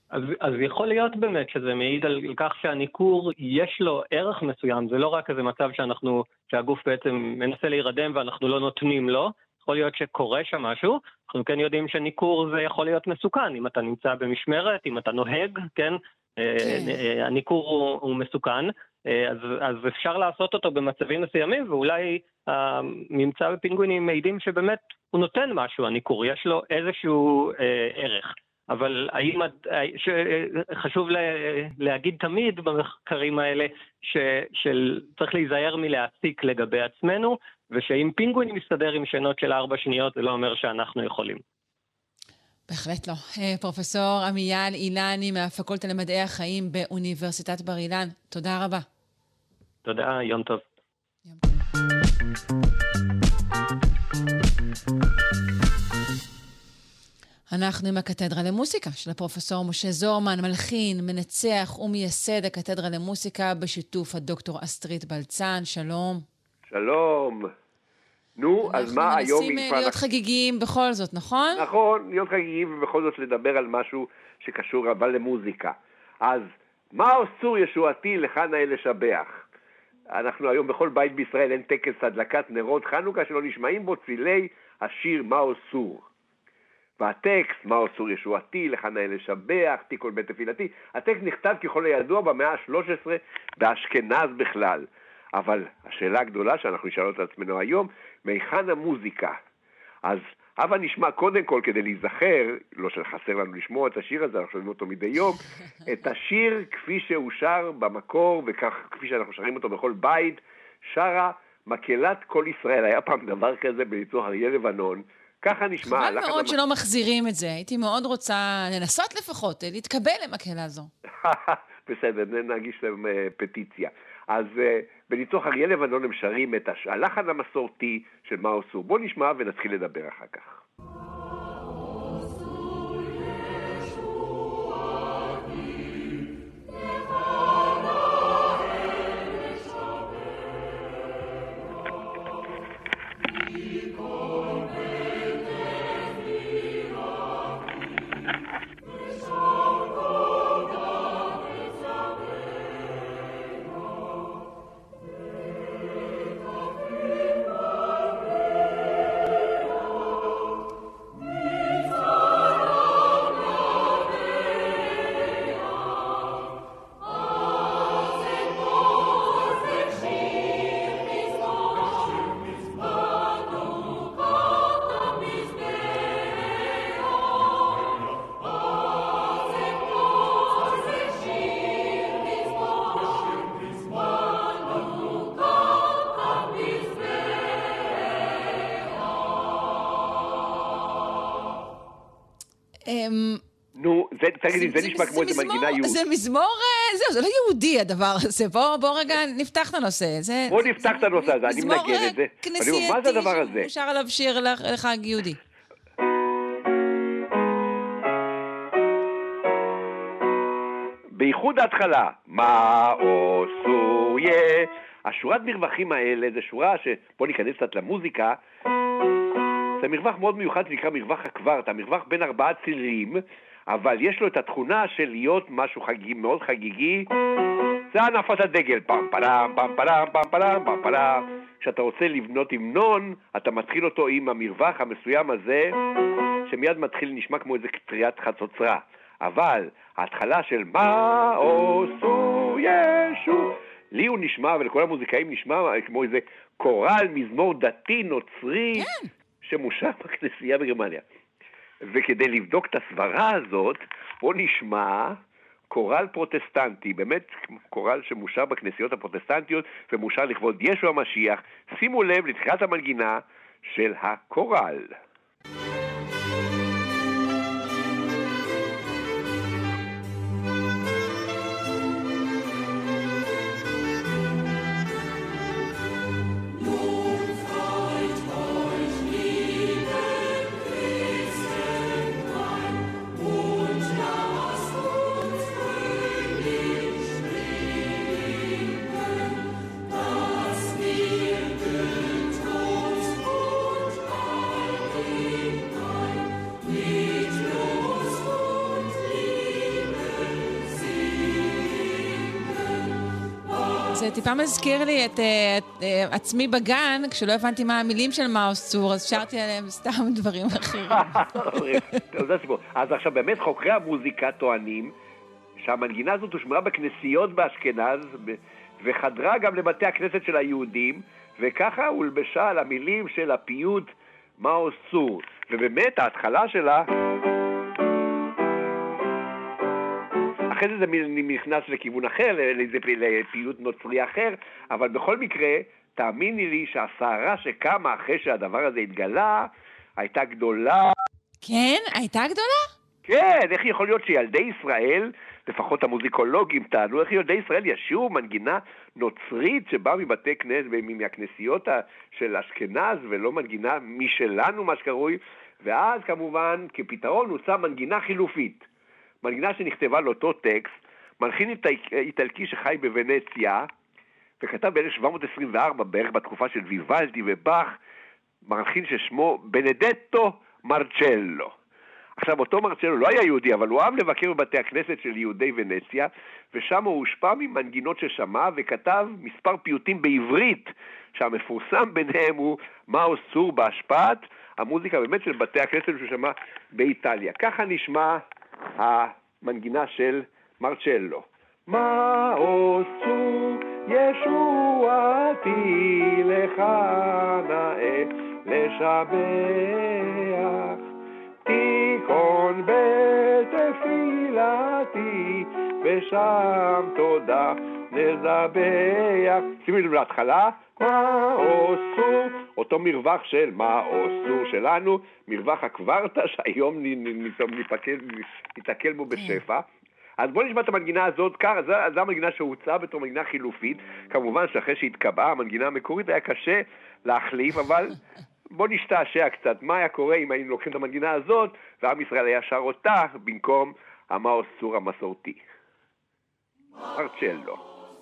אז יכול להיות באמת שזה מעיד על כך שהניכור יש לו ערך מסוים, זה לא רק איזה מצב שהגוף בעצם מנסה להירדם ואנחנו לא נותנים לו, יכול להיות שקורה שם משהו, אנחנו כן יודעים שניכור זה יכול להיות מסוכן, אם אתה נמצא במשמרת, אם אתה נוהג, כן? הניכור הוא מסוכן, אז אפשר לעשות אותו במצבים מסוימים, ואולי הממצא בפינגווינים מעידים שבאמת הוא נותן משהו, הניכור, יש לו איזשהו ערך. אבל חשוב להגיד תמיד במחקרים האלה שצריך להיזהר מלהסיק לגבי עצמנו, ושאם פינגווין מסתדר עם שינות של 4 שניות, זה לא אומר שאנחנו יכולים. בהחלט לא. פרופסור עמיאל אילני מהפקולטה למדעי החיים באוניברסיטת בר אילן, תודה רבה. תודה, יום טוב. יום טוב. אנחנו עם הקתדרה למוסיקה של הפרופסור משה זורמן, מלחין, מנצח ומייסד הקתדרה למוסיקה בשיתוף הדוקטור אסטרית בלצן. שלום. שלום. נו, אז מה היום... אנחנו מנסים להיות חגיגיים בכל זאת, נכון? נכון, להיות חגיגיים ובכל זאת לדבר על משהו שקשור אבל למוזיקה. אז מה אסור ישועתי לך נאה לשבח? אנחנו היום בכל בית בישראל אין טקס הדלקת נרות חנוכה שלא נשמעים בו צילי השיר מה אסור. והטקסט, מה אסור ישועתי, לך נאה לשבח, תיקון בית תפילתי, הטקסט נכתב ככל הידוע במאה ה-13 באשכנז בכלל. אבל השאלה הגדולה שאנחנו נשאל את עצמנו היום, מהיכן המוזיקה? אז הבה נשמע קודם כל כדי להיזכר, לא שחסר לנו לשמוע את השיר הזה, אנחנו שומעים אותו מדי יום, את השיר כפי שהוא שר במקור, וכך כפי שאנחנו שרים אותו בכל בית, שרה מקהלת כל ישראל. היה פעם דבר כזה בניצוח אריה לבנון, ככה נשמע. חבל מאוד שלא מחזירים את זה, הייתי מאוד רוצה לנסות לפחות, להתקבל למקהלה זו. בסדר, נגיש להם פטיציה. אז בניצוח אריה לבנון הם שרים את הלחן המסורתי של מה אסור. בוא נשמע ונתחיל לדבר אחר כך. נו, תגידי, זה נשמע כמו איזה מנגינה יהודית. זה מזמור, זה לא יהודי הדבר הזה. בוא רגע נפתח את הנושא. בוא נפתח את הנושא הזה, אני מנגן את זה. מזמור כנסייתי, מה זה הדבר הזה? שמושר עליו שיר לחג יהודי. בייחוד ההתחלה, מה אסור יהיה. השורת מרווחים האלה זה שורה בוא ניכנס קצת למוזיקה. זה מרווח מאוד מיוחד שנקרא מרווח הקוורט, המרווח בין 4 צירים, אבל יש לו את התכונה של להיות משהו חגיגי, מאוד חגיגי. זה הנפת הדגל, פעם פלם, פעם פלם, פעם פלם, פעם פלם. כשאתה רוצה לבנות המנון, אתה מתחיל אותו עם המרווח המסוים הזה, שמיד מתחיל נשמע כמו איזה קריאת חצוצרה. אבל ההתחלה של מה אסור ישוע, לי הוא נשמע, ולכל המוזיקאים נשמע כמו איזה קורל, מזמור דתי, נוצרי, שמושב בכנסייה בגרמניה. וכדי לבדוק את הסברה הזאת, בוא נשמע קורל פרוטסטנטי, באמת קורל שמושב בכנסיות הפרוטסטנטיות, ומושב לכבוד ישוע המשיח. שימו לב לתחילת המנגינה של הקורל. זה טיפה מזכיר לי את עצמי בגן, כשלא הבנתי מה המילים של מאוס צור, אז שרתי עליהם סתם דברים אחרים. זה הסיפור. אז עכשיו באמת חוקרי המוזיקה טוענים שהמנגינה הזאת הושמעה בכנסיות באשכנז, וחדרה גם לבתי הכנסת של היהודים, וככה הולבשה על המילים של הפיוט מאוס צור. ובאמת ההתחלה שלה, אחרי זה נכנס לכיוון אחר, לפיוט נוצרי אחר, אבל בכל מקרה, תאמיני לי שהסערה שקמה אחרי שהדבר הזה התגלה, הייתה גדולה. כן? הייתה גדולה? כן, איך יכול להיות שילדי ישראל, לפחות המוזיקולוגים טענו, איך ילדי ישראל ישירו מנגינה נוצרית שבאה מבתי כנסת, מהכנסיות של אשכנז, ולא מנגינה משלנו, מה שקרוי, ואז כמובן כפתרון הוא שם מנגינה חילופית. מנגינה שנכתבה לאותו טקסט, מלחין איטלקי שחי בוונציה, וכתב ב-1724, בערך בתקופה של ויוולדי ובאך, מלחין ששמו בנדטו מרצ'לו. עכשיו, אותו מרצ'לו לא היה יהודי, אבל הוא אהב לבקר בבתי הכנסת של יהודי ונציה, ושם הוא הושפע ממנגינות ששמע, וכתב מספר פיוטים בעברית, שהמפורסם ביניהם הוא מאוס צור בהשפעת המוזיקה באמת של בתי הכנסת ששמע באיטליה. ככה נשמע המנגינה של מרצ'לו. מאוס צור ישועתי לך נאה לשבח, תיכון בתפילתי ושם תודה נזבח. שימי לנו להתחלה, מאוס צור, אותו מרווח של מאוס צור שלנו, מרווח הקוורטה שהיום ניתקל בו בשפע. אז בואו נשמע את המנגינה הזאת, זו המנגינה שהוצאה בתור מנגינה חילופית. כמובן שאחרי שהתקבעה המנגינה המקורית היה קשה להחליף, אבל בואו נשתעשע קצת. מה היה קורה אם היינו לוקחים את המנגינה הזאת ועם ישראל היה שר אותה במקום המאוס צור המסורתי. מרצ'לו.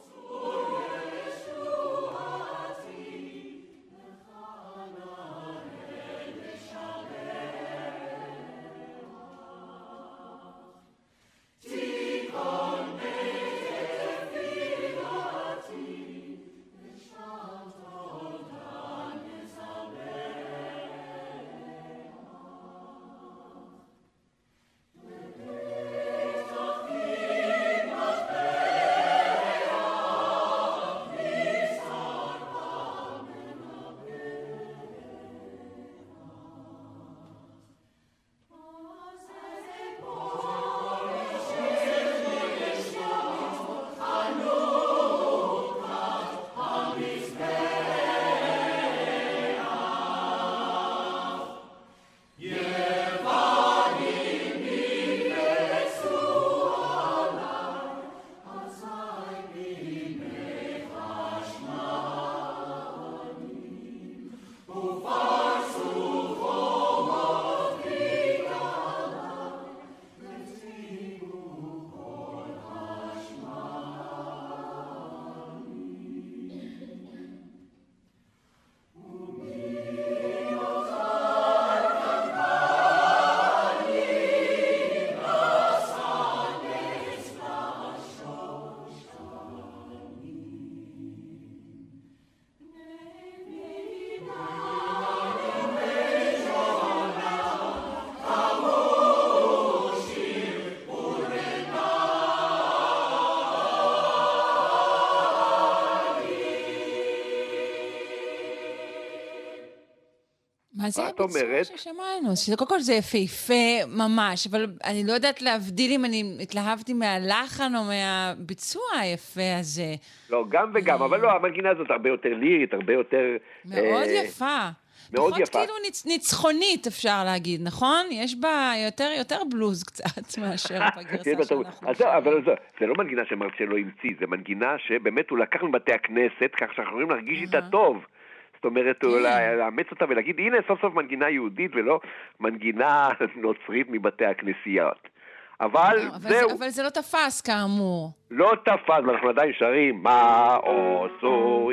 מה זה הביצוע ששמענו? קודם כל זה יפהפה ממש, אבל אני לא יודעת להבדיל אם אני התלהבתי מהלחן או מהביצוע היפה הזה. לא, גם וגם, אבל לא, המנגינה הזאת הרבה יותר לירית, הרבה יותר... מאוד יפה. מאוד יפה. פחות כאילו ניצחונית אפשר להגיד, נכון? יש בה יותר בלוז קצת מאשר בגרסה שאנחנו... אבל זה לא מנגינה שמרצ'לו המציא, זה מנגינה שבאמת הוא לקח מבתי הכנסת, כך שאנחנו יכולים להרגיש איתה טוב. זאת אומרת, לאמץ אותה ולהגיד, הנה סוף סוף מנגינה יהודית ולא מנגינה נוצרית מבתי הכנסיות. אבל זהו. אבל זה לא תפס כאמור. לא תפס, ואנחנו עדיין שרים, מה עשו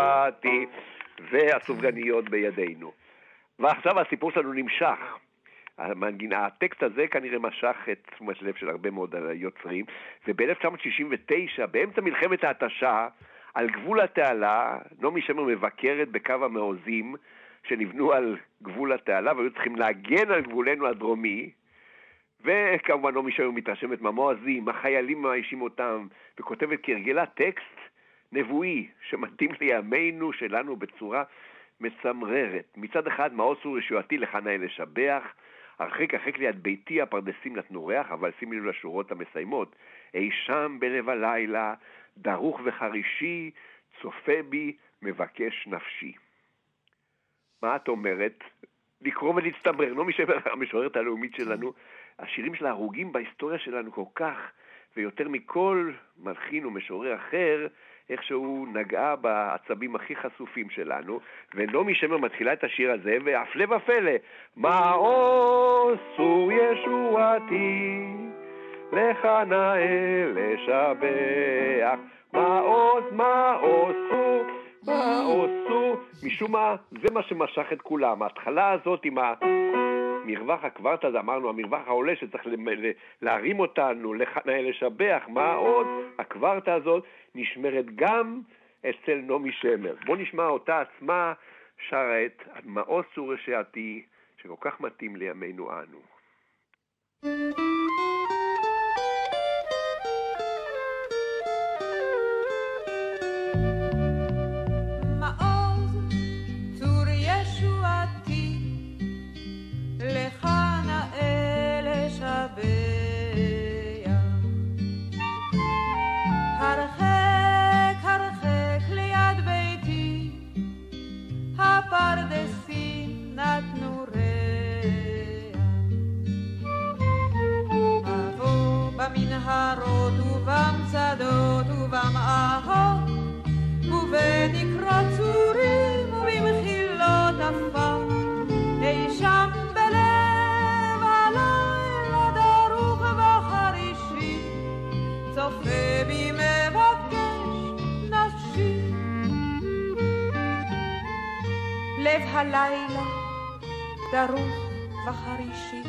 ישועתי, והסופגניות בידינו. ועכשיו הסיפור שלנו נמשך. הטקסט הזה כנראה משך את תשומת לב של הרבה מאוד יוצרים, וב-1969, באמצע מלחמת ההתשה, על גבול התעלה, נעמי שמר מבקרת בקו המעוזים, שנבנו על גבול התעלה, והיו צריכים להגן על גבולנו הדרומי, וכמובן נעמי שמר מתרשמת מהמעוזים, החיילים מאיישים אותם, וכותבת כהרגלה טקסט נבואי, שמתאים לימינו שלנו בצורה מצמררת. מצד אחד, מעוז צור ישועתי לך נאה לשבח, הרחק ליד ביתי הפרדסים נתנו ריח, אבל שימי לב לשורות המסיימות. אי שם בלב הלילה, דרוך וחרישי, צופה בי, מבקש נפשי. מה את אומרת? לקרוא ולהצטמרר. נעמי שמר, המשוררת הלאומית שלנו, השירים שלה הרוגים בהיסטוריה שלנו כל כך, ויותר מכל מלחין ומשורר אחר, איכשהו נגעה בעצבים הכי חשופים שלנו, ונעמי שמר מתחילה את השיר הזה, והפלא ופלא, מעוז צור ישועתי, לך נאה לשבח, מעוז צור, מעוז צור. משום מה, זה מה שמשך את כולם. ההתחלה הזאת עם המרווח הקוורט הזה, אמרנו, המרווח העולה שצריך להרים אותנו, לך נאה לשבח, מעוז, הקוורט הזאת נשמרת גם אצל נעמי שמר. בוא נשמע אותה עצמה שרה את מעוז צור ישועתי, שכל כך מתאים לימינו אנו. במנהרות ובמצדות ובמערות ובנקרות צורים ובמחילות עפר, אי שם בלב הלילה דרוך וחרישי, צופה בי מבקש נפשי. לב הלילה דרוך וחרישי,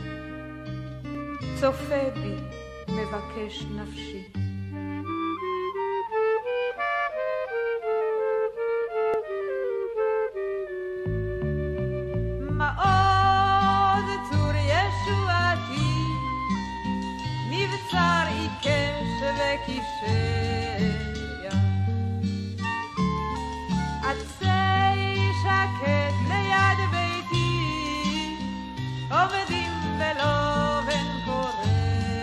צופה בי מבקש נפשי. מעוז צור ישועתי, מבצר עיקש וקישיה, עצי שקט ליד ביתי, עובדים בלובן קורא,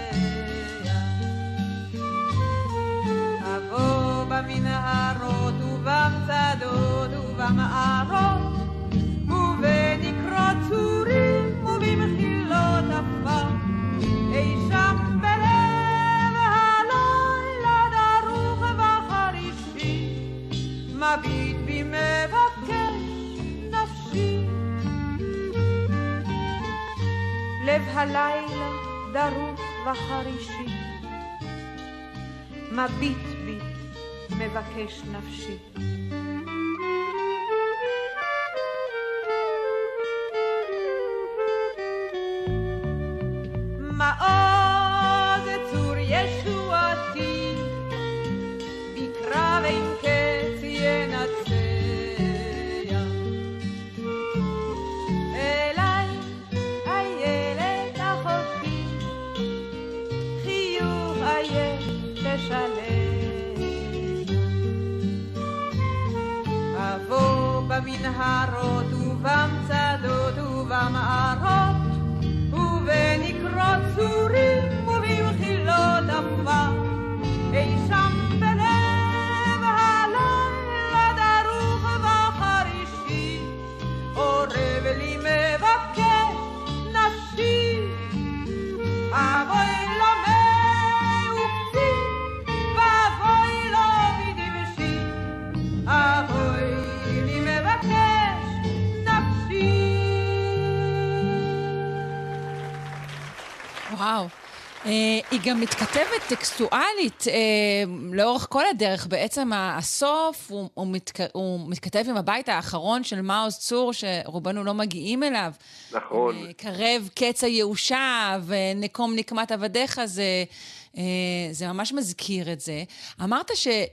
במנהרות ובמצדות ובמערות ובנקרות צורים ובמחילות עפר, אי שם בלב הלילה דרוך וחרישי, מביט בי מבקש נפשי. לב הלילה דרוך וחרישי, מביט בי מבקש נפשי. מעוז צור ישועתי, בקרב אין קץ ינצח, אליי איילת אחותי, חיוך עייף תשלם, אבוא במנהרות ובמצדות ובמערות ובנקרות צורים ובמחילות עפר, אי שם בלב הלילה דרוך וחרישי, עורב לי מבקש נפשי, אבוי לו מעוקצי ואבוי לו מדבשי, אבוי לי מבקש נפשי. וואו, היא גם מתכתבת טקסטואלית לאורך כל הדרך. בעצם הסוף הוא מתכתב עם הבית האחרון של מעוז צור, שרובנו לא מגיעים אליו. נכון. קרב קץ הירושה ונקום נקמת עבדיך, זה ממש מזכיר את זה. אמרת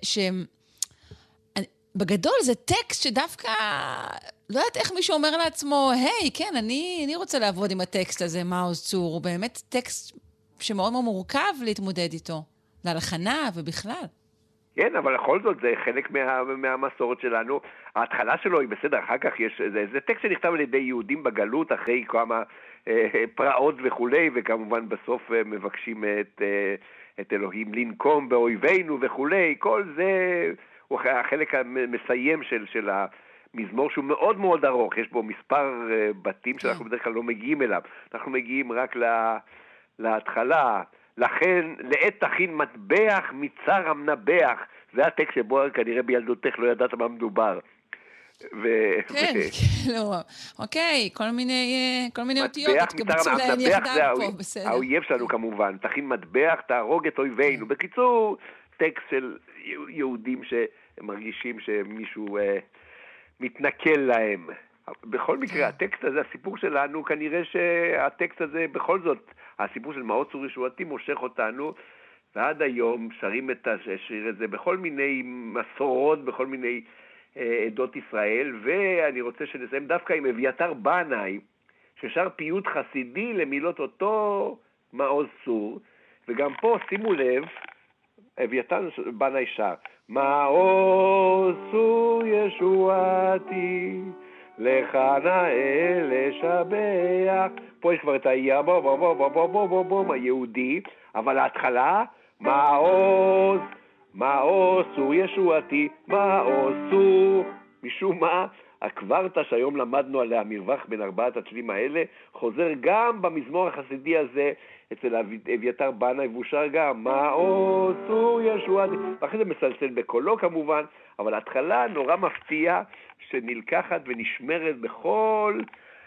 בגדול זה טקסט שדווקא, לא יודעת איך מישהו אומר לעצמו, היי, כן, אני רוצה לעבוד עם הטקסט הזה, מעוז צור. הוא באמת טקסט שמאוד מאוד מורכב להתמודד איתו, להלחנה ובכלל. כן, אבל בכל זאת זה חלק מהמסורת שלנו. ההתחלה שלו היא בסדר, אחר כך זה טקסט שנכתב על ידי יהודים בגלות, אחרי כמה פרעות וכולי, וכמובן בסוף מבקשים את אלוהים לנקום באויבינו וכולי. כל זה הוא החלק המסיים של המזמור, שהוא מאוד מאוד ארוך. יש בו מספר בתים שאנחנו בדרך כלל לא מגיעים אליו. אנחנו מגיעים רק להתחלה. לכן, לעת תכין מטבח מצר המנבח. זה הטקסט שבו כנראה בילדותך לא ידעת מה מדובר. כן, לא. אוקיי, כל מיני אותיות התקבצו להן יחדיו פה, בסדר. האויב שלנו כמובן. תכין מטבח, תהרוג את אויבינו. בקיצור, טקסט של יהודים שמרגישים שמישהו מתנכל להם. בכל מקרה, הטקסט הזה, הסיפור שלנו, כנראה שהטקסט הזה, בכל זאת, הסיפור של מעוז צור ישועתי מושך אותנו, ועד היום שרים את השיר הזה בכל מיני מסורות, בכל מיני עדות ישראל, ואני רוצה שנסיים דווקא עם אביתר בנאי, ששר פיוט חסידי למילות אותו מעוז צור, וגם פה, שימו לב, אביתר בנאי שר, מעוז צור ישועתי, לך נאה לשבח. פה יש כבר את בום היהודי, אבל ההתחלה, מעוז צור ישועתי, מעוז צור. משום מה, הקוורטה שהיום למדנו עליה, מרווח בין ארבעת הצלילים האלה, חוזר גם במזמור החסידי הזה אצל אביתר בנאי, והוא שר גם מעוז צור ישועתי, ואחרי זה מסלסל בקולו כמובן, אבל ההתחלה נורא מפתיע, שנלקחת ונשמרת בכל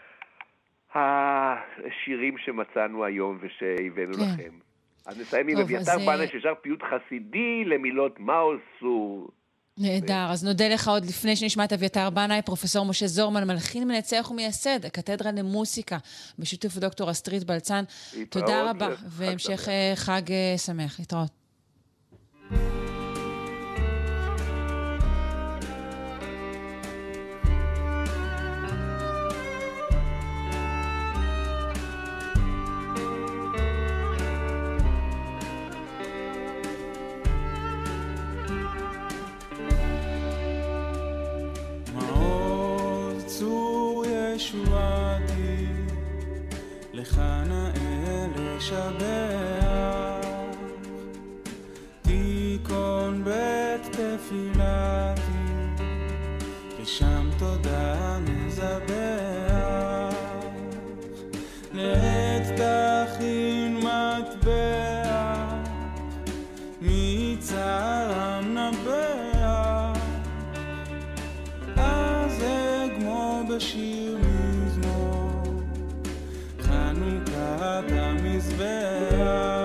השירים שמצאנו היום ושהבאנו לכם. אז נסיים עם אביתר בנאי ששר פיוט חסידי למילות מעוז צור. נהדר, אז נודה לך עוד לפני שנשמע את אביתר בנאי, פרופסור משה זורמן, מלחין מנצח ומייסד הקתדרה למוסיקה, בשיתוף דוקטור אסטרית בלצן. תודה רבה, והמשך חג שמח. להתראות. לך נאה לשבח, תיכון בית תפילתי, ושם תודה מזבח. לעת תכין מטבח, מצר המנבח, אז אגמו בשיר מזמור, חנוכת המזבח.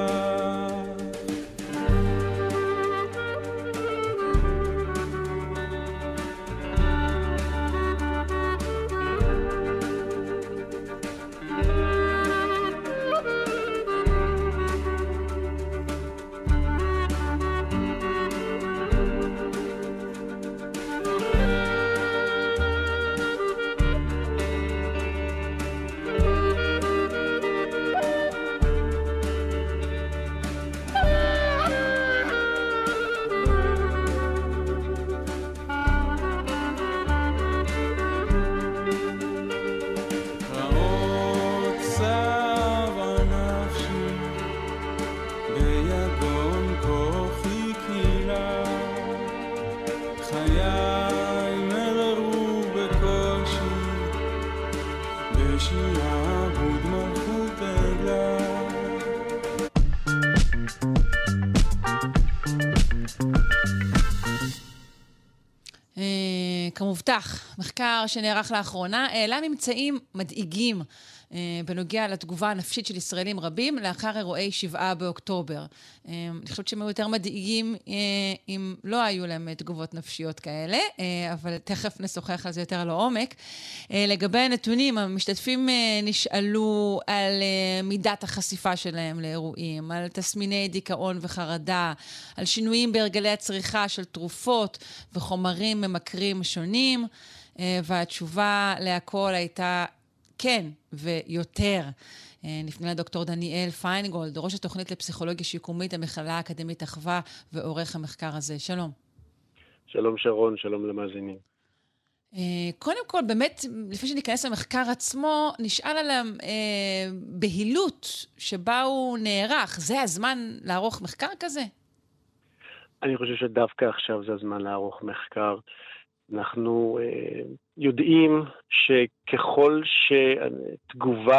כמובטח, מחקר שנערך לאחרונה העלה ממצאים מדאיגים בנוגע לתגובה הנפשית של ישראלים רבים לאחר אירועי 7 באוקטובר. אני חושבת שהם היו יותר מדאיגים אם לא היו להם תגובות נפשיות כאלה, אבל תכף נשוחח על זה יותר לעומק. לגבי הנתונים, המשתתפים נשאלו על מידת החשיפה שלהם לאירועים, על תסמיני דיכאון וחרדה, על שינויים בהרגלי הצריכה של תרופות וחומרים ממכרים שונים, והתשובה להכל הייתה כן ויותר. נפנה לדוקטור דניאל פיינגולד, ראש התוכנית לפסיכולוגיה שיקומית המכללה האקדמית אחווה ועורך המחקר הזה. שלום. שלום שרון, שלום למאזינים. קודם כל, באמת, לפני שניכנס למחקר עצמו, נשאל על הבהילות שבה הוא נערך. זה הזמן לערוך מחקר כזה? אני חושב שדווקא עכשיו זה הזמן לערוך מחקר. אנחנו יודעים שככל שתגובה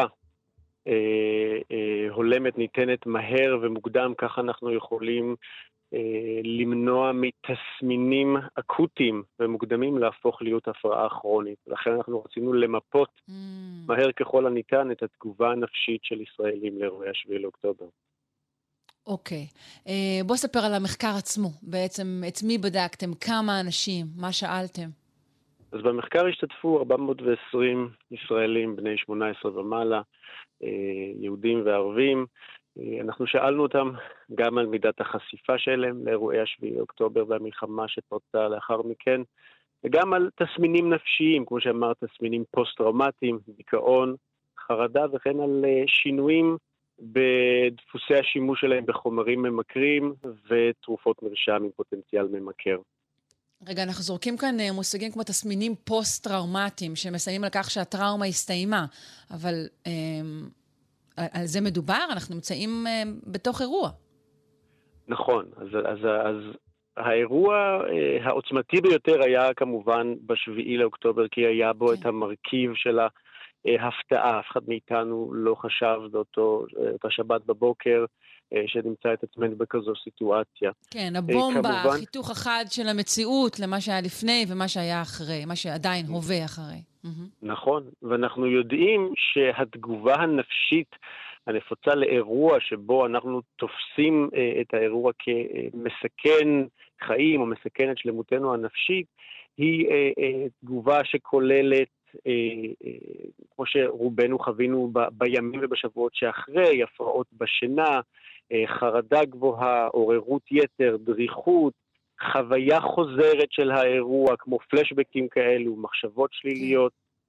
הולמת ניתנת מהר ומוקדם, כך אנחנו יכולים למנוע מתסמינים אקוטיים ומוקדמים להפוך להיות הפרעה כרונית. לכן אנחנו רצינו למפות מהר ככל הניתן את התגובה הנפשית של ישראלים לאירועי 7 לאוקטובר. אוקיי. בוא ספר על המחקר עצמו. בעצם, את מי בדקתם? כמה אנשים? מה שאלתם? אז במחקר השתתפו 420 ישראלים בני 18 ומעלה, יהודים וערבים. אנחנו שאלנו אותם גם על מידת החשיפה שלהם לאירועי 7 לאוקטובר והמלחמה שפרצה לאחר מכן, וגם על תסמינים נפשיים, כמו שאמר, תסמינים פוסט-טראומטיים, דיכאון, חרדה, וכן על שינויים בדפוסי השימוש שלהם בחומרים ממכרים ותרופות מרשם עם פוטנציאל ממכר. רגע, אנחנו זורקים כאן מושגים כמו תסמינים פוסט-טראומטיים, שמסיימים על כך שהטראומה הסתיימה, אבל על זה מדובר? אנחנו נמצאים בתוך אירוע. נכון, אז האירוע העוצמתי ביותר היה כמובן ב7 לאוקטובר, כי היה בו את המרכיב של ההפתעה. אף אחד מאיתנו לא חשב באותה שבת בבוקר שנמצא את עצמנו בכזו סיטואציה. כן, הבומבה, חיתוך אחד של המציאות למה שהיה לפני ומה שהיה אחרי, מה שעדיין הווה אחרי. נכון, ואנחנו יודעים שהתגובה הנפשית הנפוצה לאירוע שבו אנחנו תופסים את האירוע כמסכן חיים או מסכן את שלמותנו הנפשית, היא תגובה שכוללת, כמו שרובנו חווינו בימים ובשבועות שאחרי, הפרעות בשינה, חרדה גבוהה, עוררות יתר, דריכות, חוויה חוזרת של האירוע, כמו פלשבקים כאלו, מחשבות שליליות.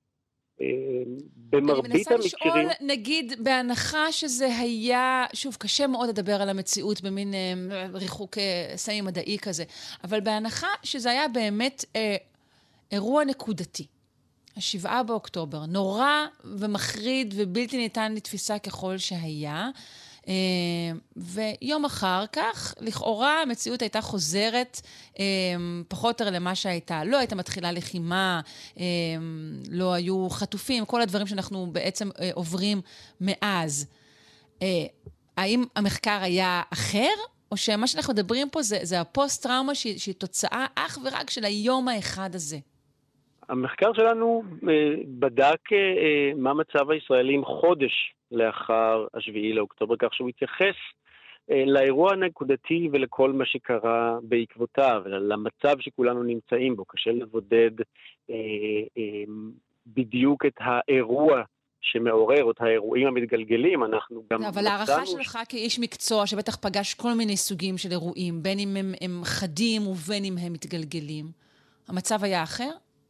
במרבית המקרים... אני מנסה לשאול, נגיד, בהנחה שזה היה, שוב, קשה מאוד לדבר על המציאות במין ריחוק סמי מדעי כזה, אבל בהנחה שזה היה באמת אירוע נקודתי. 7 באוקטובר, נורא ומחריד ובלתי ניתן לתפיסה ככל שהיה, ויום אחר כך, לכאורה, המציאות הייתה חוזרת פחות או יותר למה שהייתה. לא הייתה מתחילה לחימה, לא היו חטופים, כל הדברים שאנחנו בעצם עוברים מאז. האם המחקר היה אחר? או שמה שאנחנו מדברים פה זה הפוסט-טראומה שהיא תוצאה אך ורק של היום האחד הזה? המחקר שלנו בדק מה מצב הישראלים חודש לאחר 7 לאוקטובר, כך שהוא התייחס לאירוע הנקודתי ולכל מה שקרה בעקבותיו, למצב שכולנו נמצאים בו. קשה לבודד בדיוק את האירוע שמעורר, או את האירועים המתגלגלים. אנחנו גם אבל הערכה שלך כאיש מקצוע שבטח פגש כל מיני סוגים של אירועים, בין אם הם חדים ובין אם הם מתגלגלים, המצב היה אחר?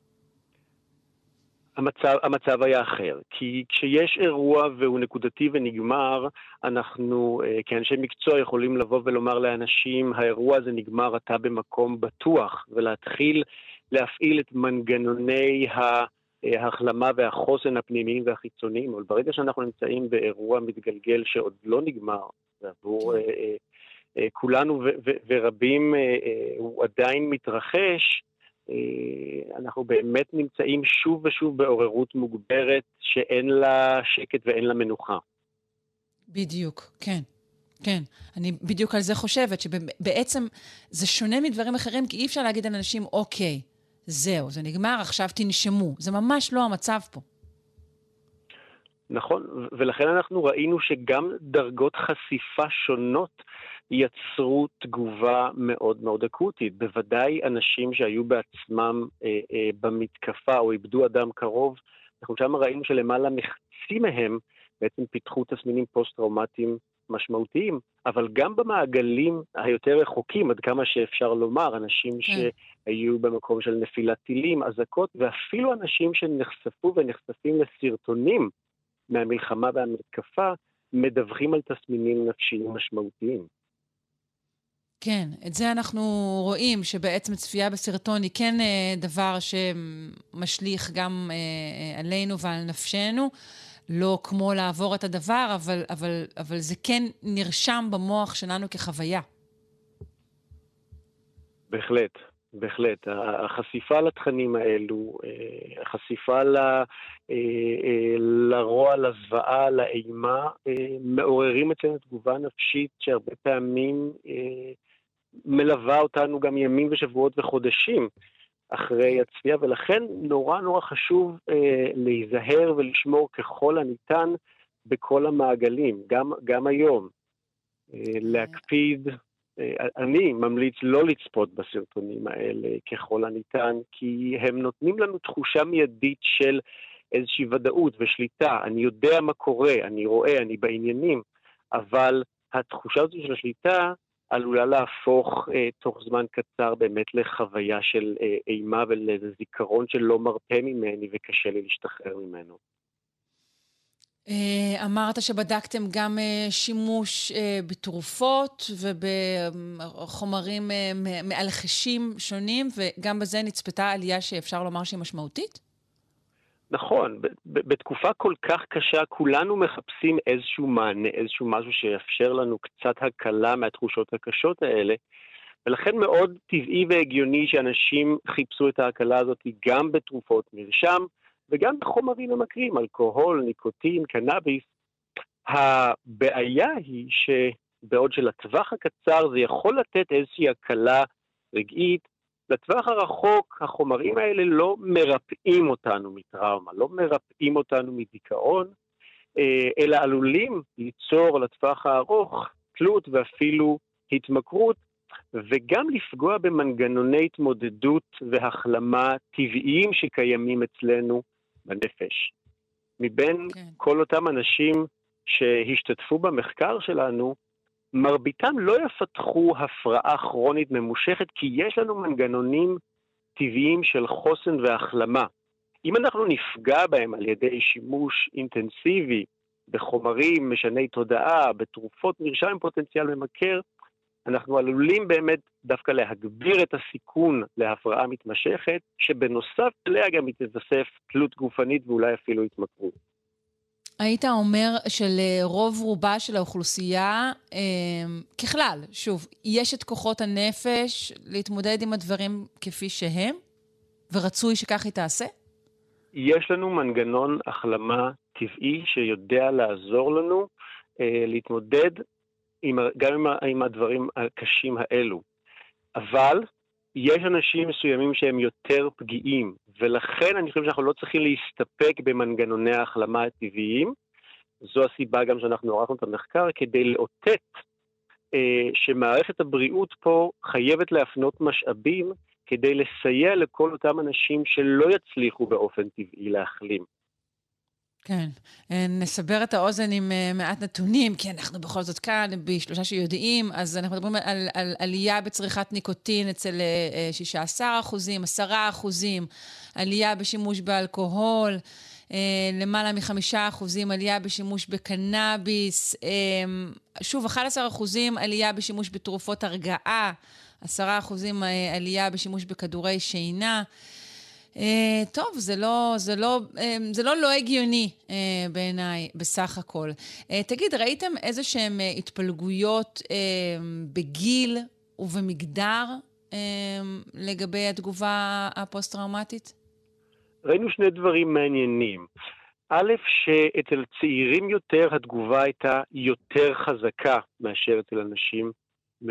המצב היה אחר, כי כשיש אירוע והוא נקודתי ונגמר, אנחנו כאנשי מקצוע יכולים לבוא ולומר לאנשים, האירוע הזה נגמר, אתה במקום בטוח, ולהתחיל להפעיל את מנגנוני ההחלמה והחוסן הפנימיים והחיצוניים. אבל ברגע שאנחנו נמצאים באירוע מתגלגל שעוד לא נגמר, ועבור כולנו ורבים הוא עדיין מתרחש, אנחנו באמת נמצאים שוב ושוב בעוררות מוגברת שאין לה שקט ואין לה מנוחה. בדיוק, כן. כן, אני בדיוק על זה חושבת, שבעצם זה שונה מדברים אחרים, כי אי אפשר להגיד על אנשים, אוקיי, זהו, זה נגמר, עכשיו תנשמו. זה ממש לא המצב פה. נכון, ולכן אנחנו ראינו שגם דרגות חשיפה שונות יצרו תגובה מאוד מאוד אקוטית. בוודאי אנשים שהיו בעצמם במתקפה או איבדו אדם קרוב, אנחנו שם ראינו שלמעלה מחצי מהם בעצם פיתחו תסמינים פוסט-טראומטיים משמעותיים, אבל גם במעגלים היותר רחוקים, עד כמה שאפשר לומר, אנשים שהיו במקום של נפילת טילים, אזעקות, ואפילו אנשים שנחשפו ונחשפים לסרטונים מהמלחמה והמתקפה, מדווחים על תסמינים נפשיים משמעותיים. כן, את זה אנחנו רואים, שבעצם צפייה בסרטון היא כן דבר שמשליך גם עלינו ועל נפשנו, לא כמו לעבור את הדבר, אבל זה כן נרשם במוח שלנו כחוויה. בהחלט, בהחלט. החשיפה לתכנים האלו, החשיפה לרוע, לזוועה, לאימה, מעוררים אצלנו תגובה נפשית שהרבה פעמים מלווה אותנו גם ימים ושבועות וחודשים אחרי הצפייה, ולכן נורא נורא חשוב להיזהר ולשמור ככל הניתן בכל המעגלים, גם היום. להקפיד, אני ממליץ לא לצפות בסרטונים האלה ככל הניתן, כי הם נותנים לנו תחושה מיידית של איזושהי ודאות ושליטה. אני יודע מה קורה, אני רואה, אני בעניינים, אבל התחושה הזו של השליטה עלולה להפוך תוך זמן קצר באמת לחוויה של אימה ולזיכרון שלא מרפה ממני וקשה לי להשתחרר ממנו. אמרת שבדקתם גם שימוש בתרופות ובחומרים מאלחשים שונים, וגם בזה נצפתה עלייה שאפשר לומר שהיא משמעותית? נכון, בתקופה כל כך קשה כולנו מחפשים איזשהו מענה, איזשהו משהו שיאפשר לנו קצת הקלה מהתחושות הקשות האלה, ולכן מאוד טבעי והגיוני שאנשים חיפשו את ההקלה הזאת גם בתרופות מרשם, וגם בחומרים ממכרים, אלכוהול, ניקוטין, קנאביס. הבעיה היא שבעוד שלטווח הקצר זה יכול לתת איזושהי הקלה רגעית, לטווח הרחוק החומרים האלה לא מרפאים אותנו מטראומה, לא מרפאים אותנו מדיכאון, אלא עלולים ליצור לטווח הארוך תלות ואפילו התמכרות, וגם לפגוע במנגנוני התמודדות והחלמה טבעיים שקיימים אצלנו בנפש. מבין כל אותם אנשים שהשתתפו במחקר שלנו, מרביתם לא יפתחו הפרעה כרונית ממושכת, כי יש לנו מנגנונים טבעיים של חוסן והחלמה. אם אנחנו נפגע בהם על ידי שימוש אינטנסיבי בחומרים, משני תודעה, בתרופות מרשם עם פוטנציאל ממכר, אנחנו עלולים באמת דווקא להגביר את הסיכון להפרעה מתמשכת, שבנוסף אליה גם תתווסף תלות גופנית ואולי אפילו התמכרות. היית אומר שלרוב רובה של האוכלוסייה, ככלל, שוב, יש את כוחות הנפש להתמודד עם הדברים כפי שהם, ורצוי שכך היא תעשה? יש לנו מנגנון החלמה טבעי שיודע לעזור לנו להתמודד גם עם הדברים הקשים האלו. אבל יש אנשים מסוימים שהם יותר פגיעים, ולכן אני חושב שאנחנו לא צריכים להסתפק במנגנוני ההחלמה הטבעיים. זו הסיבה גם שאנחנו ערכנו את המחקר, כדי לאותת שמערכת הבריאות פה חייבת להפנות משאבים, כדי לסייע לכל אותם אנשים שלא יצליחו באופן טבעי להחלים. כן, נסבר את האוזן עם מעט נתונים, כי אנחנו בכל זאת כאן, בשלושה שיודעים, אז אנחנו מדברים על עלייה בצריכת ניקוטין אצל 16%, 10%, עלייה בשימוש באלכוהול, למעלה מ5% עלייה בשימוש בקנאביס, שוב 11% עלייה בשימוש בתרופות הרגעה, 10% עלייה בשימוש בכדורי שינה. טוב, זה לא הגיוני בעיניי בסך הכל. תגיד, ראיתם איזה שהם התפלגויות בגיל ובמגדר לגבי התגובה הפוסט-טראומטית? ראינו שני דברים מעניינים. א', שאצל צעירים יותר התגובה הייתה יותר חזקה מאשר אצל אנשים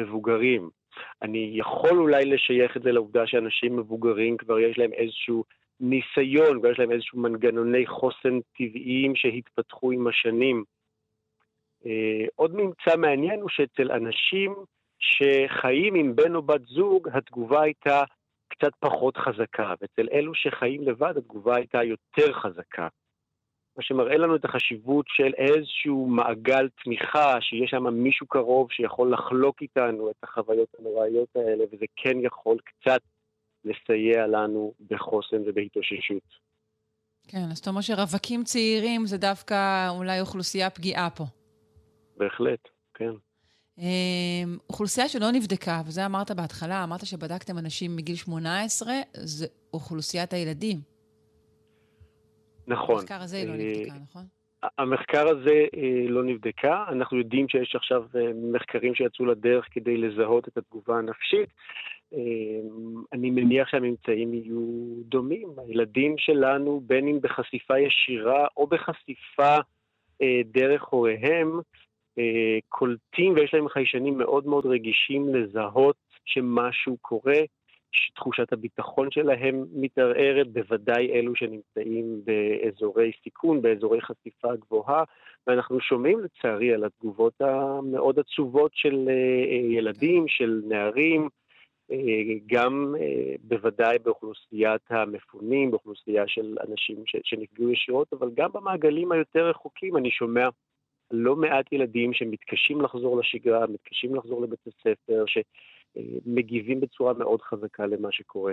מבוגרים. אני יכול אולי לשייך את זה לעובדה שאנשים מבוגרים כבר יש להם איזשהו ניסיון, ויש להם איזשהו מנגנוני חוסן טבעיים שהתפתחו עם השנים. עוד ממצא מעניין הוא שאצל אנשים שחיים עם בן או בת זוג, התגובה הייתה קצת פחות חזקה, ואצל אלו שחיים לבד, התגובה הייתה יותר חזקה. מה שמראה לנו את החשיבות של איזשהו מעגל תמיכה, שיש שם מישהו קרוב שיכול לחלוק איתנו את החוויות הנוראיות האלה, וזה כן יכול קצת לסייע לנו בחוסן ובהתאוששות. כן, אז אתה אומר שרווקים צעירים זה דווקא אולי אוכלוסייה פגיעה פה. בהחלט, כן. אוכלוסייה שלא נבדקה, וזה אמרת בהתחלה, אמרת שבדקתם אנשים מגיל 18, זה אוכלוסיית הילדים. נכון. המחקר הזה לא נבדקה, נכון? המחקר הזה לא נבדקה. אנחנו יודעים שיש עכשיו מחקרים שיצאו לדרך כדי לזהות את התגובה הנפשית. אני מניח שהממצאים יהיו דומים. הילדים שלנו, בין אם בחשיפה ישירה או בחשיפה דרך הוריהם, קולטים ויש להם חיישנים מאוד מאוד רגישים לזהות שמשהו קורה, שתחושת הביטחון שלהם מתערערת, בוודאי אלו שנמצאים באזורי סיכון, באזורי חשיפה גבוהה, ואנחנו שומעים לצערי על התגובות המאוד עצובות של ילדים, של נערים, גם בוודאי באוכלוסיית המפונים, באוכלוסייה של אנשים שנפגעו ישירות, אבל גם במעגלים היותר רחוקים אני שומע לא מעט ילדים שמתקשים לחזור לשגרה, מתקשים לחזור לבית הספר, שמגיבים בצורה מאוד חזקה למה שקורה.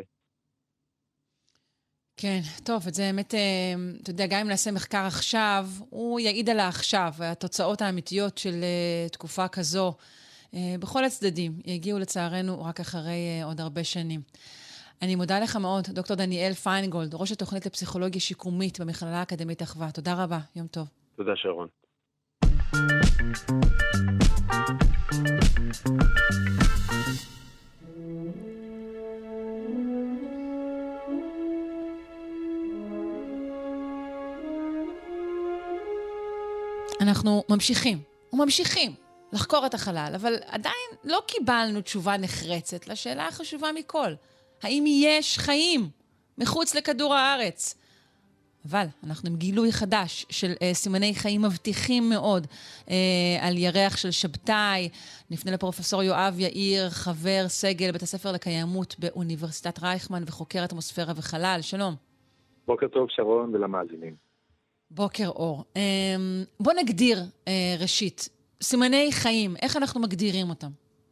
כן, טוב, את זה באמת, אתה יודע, גם אם נעשה מחקר עכשיו, הוא יעיד על העכשיו, והתוצאות האמיתיות של תקופה כזו, בכל הצדדים, יגיעו לצערנו רק אחרי עוד הרבה שנים. אני מודה לך מאוד, דוקטור דניאל פיינגולד, ראש התוכנית לפסיכולוגיה שיקומית במכללה האקדמית אחווה. תודה רבה, יום טוב. תודה שרון. אנחנו ממשיכים וממשיכים לחקור את החלל, אבל עדיין לא קיבלנו תשובה נחרצת לשאלה החשובה מכל. האם יש חיים מחוץ לכדור הארץ? אבל אנחנו עם גילוי חדש של סימני חיים מבטיחים מאוד על ירח של שבתאי. נפנה לפרופסור יואב יאיר, חבר סגל בית הספר לקיימות באוניברסיטת רייכמן וחוקר אטמוספירה וחלל. שלום. בוקר טוב שרון ולמאזינים. בוקר אור. בוא נגדיר ראשית, סימני חיים, איך אנחנו מגדירים אותם?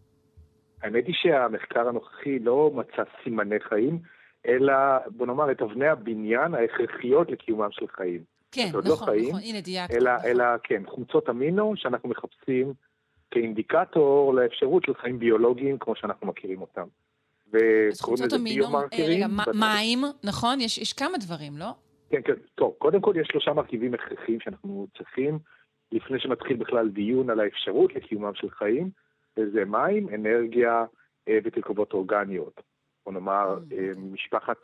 האמת היא שהמחקר הנוכחי לא מצא סימני חיים, אלא בוא נאמר את אבני הבניין ההכרחיות לקיומם של חיים. כן, נכון, לא חיים, נכון, הנה דייקת. אלא כן, חומצות אמינו שאנחנו מחפשים כאינדיקטור לאפשרות של חיים ביולוגיים כמו שאנחנו מכירים אותם. אז חומצות אמינו, רגע, מים, נכון? יש כמה דברים, לא? כן, כן, טוב, קודם כל יש 3 מרכיבים הכרחיים שאנחנו צריכים, לפני שמתחיל בכלל דיון על האפשרות לקיומם של חיים, וזה מים, אנרגיה ותרכובות אורגניות. בוא נאמר, משפחת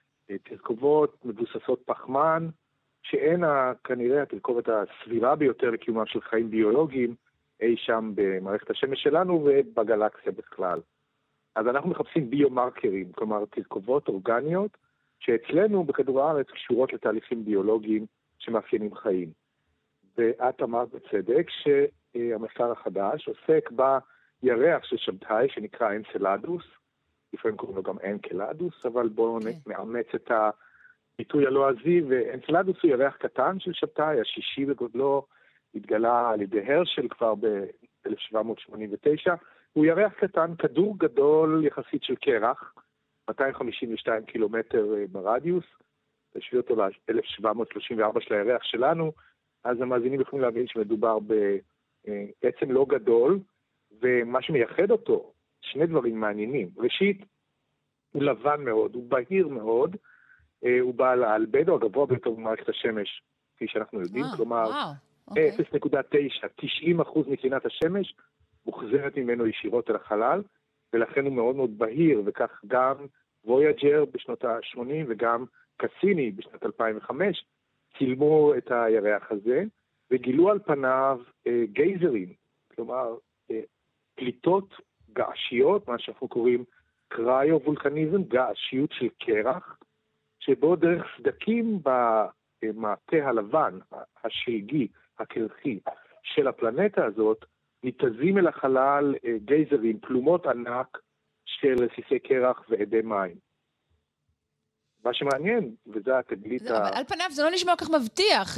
התרכובות מבוססות פחמן, שאין כנראה התרכובת הסבירה ביותר לקיומם של חיים ביולוגיים, אי שם במערכת השמש שלנו ובגלקסיה בכלל. אז אנחנו מחפשים ביומרקרים, כלומר תרכובות אורגניות, שאצלנו בכדור הארץ קשורות לתהליכים ביולוגיים שמאפיינים חיים. ואת אמרת בצדק שהמחקר החדש עוסק בירח של שבתאי שנקרא אנצלדוס, לפעמים קוראים לו גם אנקלדוס, אבל בואו נאמץ את הביטוי הלועזי, ואנצלדוס הוא ירח קטן של שבתאי, השישי בגודלו, התגלה על ידי הרשל כבר ב-1789, הוא ירח קטן, כדור גדול יחסית של קרח, 252 קילומטר ברדיוס, תשווה אותו ל-1734 של הירח שלנו, אז המאזינים יכולים להבין שמדובר בעצם לא גדול, ומה שמייחד אותו, 2 דברים מעניינים. ראשית, הוא לבן מאוד, הוא בהיר מאוד, הוא בעל האלבדו הגבוה ביותר במערכת השמש, כפי שאנחנו יודעים, כלומר 0.9, 90% מקרינת השמש מוחזרת ממנו ישירות אל החלל, ולכן הוא מאוד מאוד בהיר, וכך גם וויאג'ר בשנות ה-80 וגם קסיני בשנת 2005 צילמו את הירח הזה, וגילו על פניו גייזרים, כלומר פליטות געשיות, מה שאנחנו קוראים קריו-וולקניזם, געשיות של קרח, שבו דרך סדקים במעטה הלבן, השלגי, הקרחי של הפלנטה הזאת, ניתזים אל החלל גייזרים, פלומות ענק של רסיסי קרח ועדי מים. מה שמעניין, וזה התגלית אבל על פניו זה לא נשמע כך מבטיח,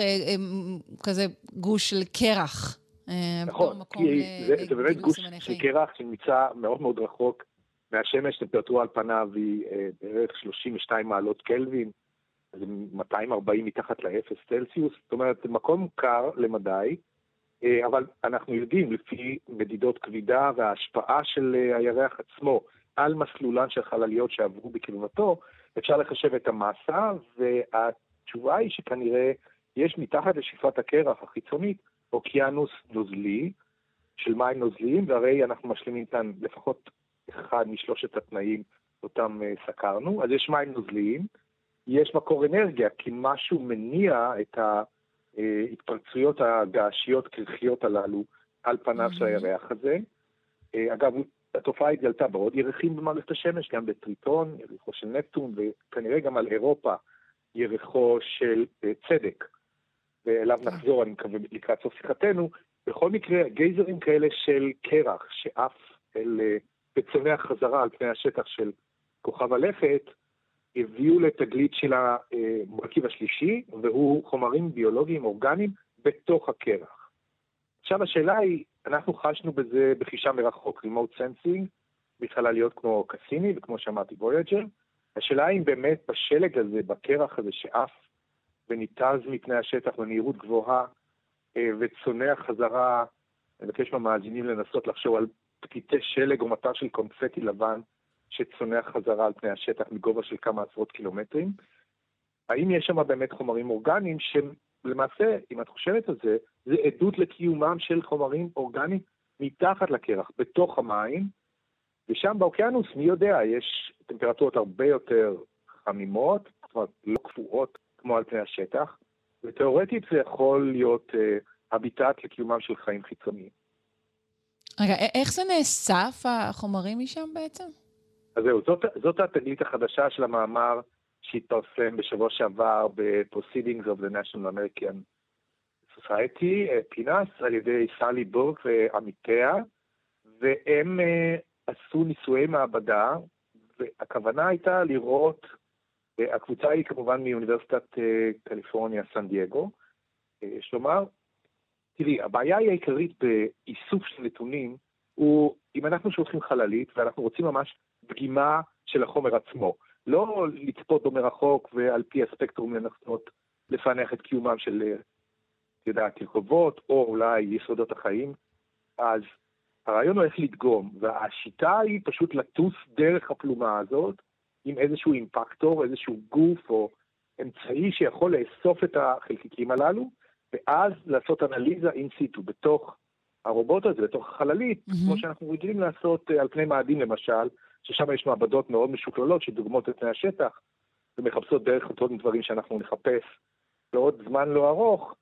כזה גוש של קרח. נכון, כי זה באמת גוש של קרח שנמצא מאוד מאוד רחוק מהשמש, טמפרטורה על פניו היא בערך 32 מעלות קלווין, זה 240 מתחת לאפס צלסיוס, זאת אומרת, זה מקום קר למדי, אבל אנחנו יודעים לפי מדידות כבידה וההשפעה של הירח עצמו על מסלולן של חלליות שעברו בקרבתו, אפשר לחשב את המסה, והתשובה היא שכנראה יש מתחת לשאיפת הקרח החיצונית אוקיינוס נוזלי של מים נוזליים, והרי אנחנו משלימים כאן לפחות אחד משלושת התנאים אותם סקרנו, אז יש מים נוזליים, יש מקור אנרגיה, כי משהו מניע את ההתפרצויות הגעשיות קרחיות הללו על פניו של הירח הזה. אגב, התופעה התגלתה בעוד ירחים במערכת השמש, גם בטריטון, ירחו של נפטון, וכנראה גם על אירופה, ירחו של צדק. ואליו נחזור, אני מקווה, לקראת סוף שיחתנו. בכל מקרה, גייזרים כאלה של קרח, שאף בצונח חזרה על פני השטח של כוכב הלכת, הביאו לתגלית של המרכיב השלישי, והוא חומרים ביולוגיים אורגניים בתוך הקרח. עכשיו השאלה היא, אנחנו חשנו בזה בחישה מרחוק, remote sensing, בחלליות כמו קסיני וכמו שאמרתי וויג'ר. השאלה היא אם באמת בשלג הזה, בקרח הזה שאף וניתז מפני השטח במהירות גבוהה וצונח חזרה, אני מבקש מהמאזינים לנסות לחשוב על פתיתי שלג או מטר של קונפטי לבן שצונח חזרה על פני השטח מגובה של כמה עשרות קילומטרים. האם יש שם באמת חומרים אורגניים שלמעשה, אם את חושבת על זה, זה עדות לקיומם של חומרים אורגניים מתחת לקרח, בתוך המים, ושם באוקיינוס, מי יודע, יש טמפרטורות הרבה יותר חמימות, זאת אומרת, לא קפואות כמו על פני השטח, ותיאורטית זה יכול להיות הביטט לקיומם של חיים חיצוניים. רגע, איך זה נאסף החומרים משם בעצם? אז זהו, זאת התגלית החדשה של המאמר שהתפרסם בשבוע שעבר ב-Proceedings of the National American Society, פינס, על ידי סלי בורק ועמיתיה, והם עשו ניסויי מעבדה, והכוונה הייתה לראות, הקבוצה היא כמובן מאוניברסיטת קליפורניה, סן דייגו, יש לומר, תראי, הבעיה העיקרית באיסוף של נתונים, הוא אם אנחנו שולחים חללית, ואנחנו רוצים ממש דגימה של החומר עצמו, לא לצפות בו מרחוק ועל פי הספקטרום לנסות לפענח את קיומם של תרכובות או אולי יסודות החיים, אז הרעיון הוא איך לדגום, והשיטה היא פשוט לטוס דרך הפלומה הזאת עם איזשהו אימפקטור, איזשהו גוף או אמצעי שיכול לאסוף את החלקיקים הללו, ואז לעשות אנליזה אין סיטו בתוך הרובוט הזה, בתוך החללית, כמו שאנחנו רגילים לעשות על פני מאדים למשל, ששם יש מעבדות מאוד משוקללות שדוגמות את פני השטח, ומחפשות דרך אותם דברים שאנחנו נחפש בעוד זמן לא ארוך,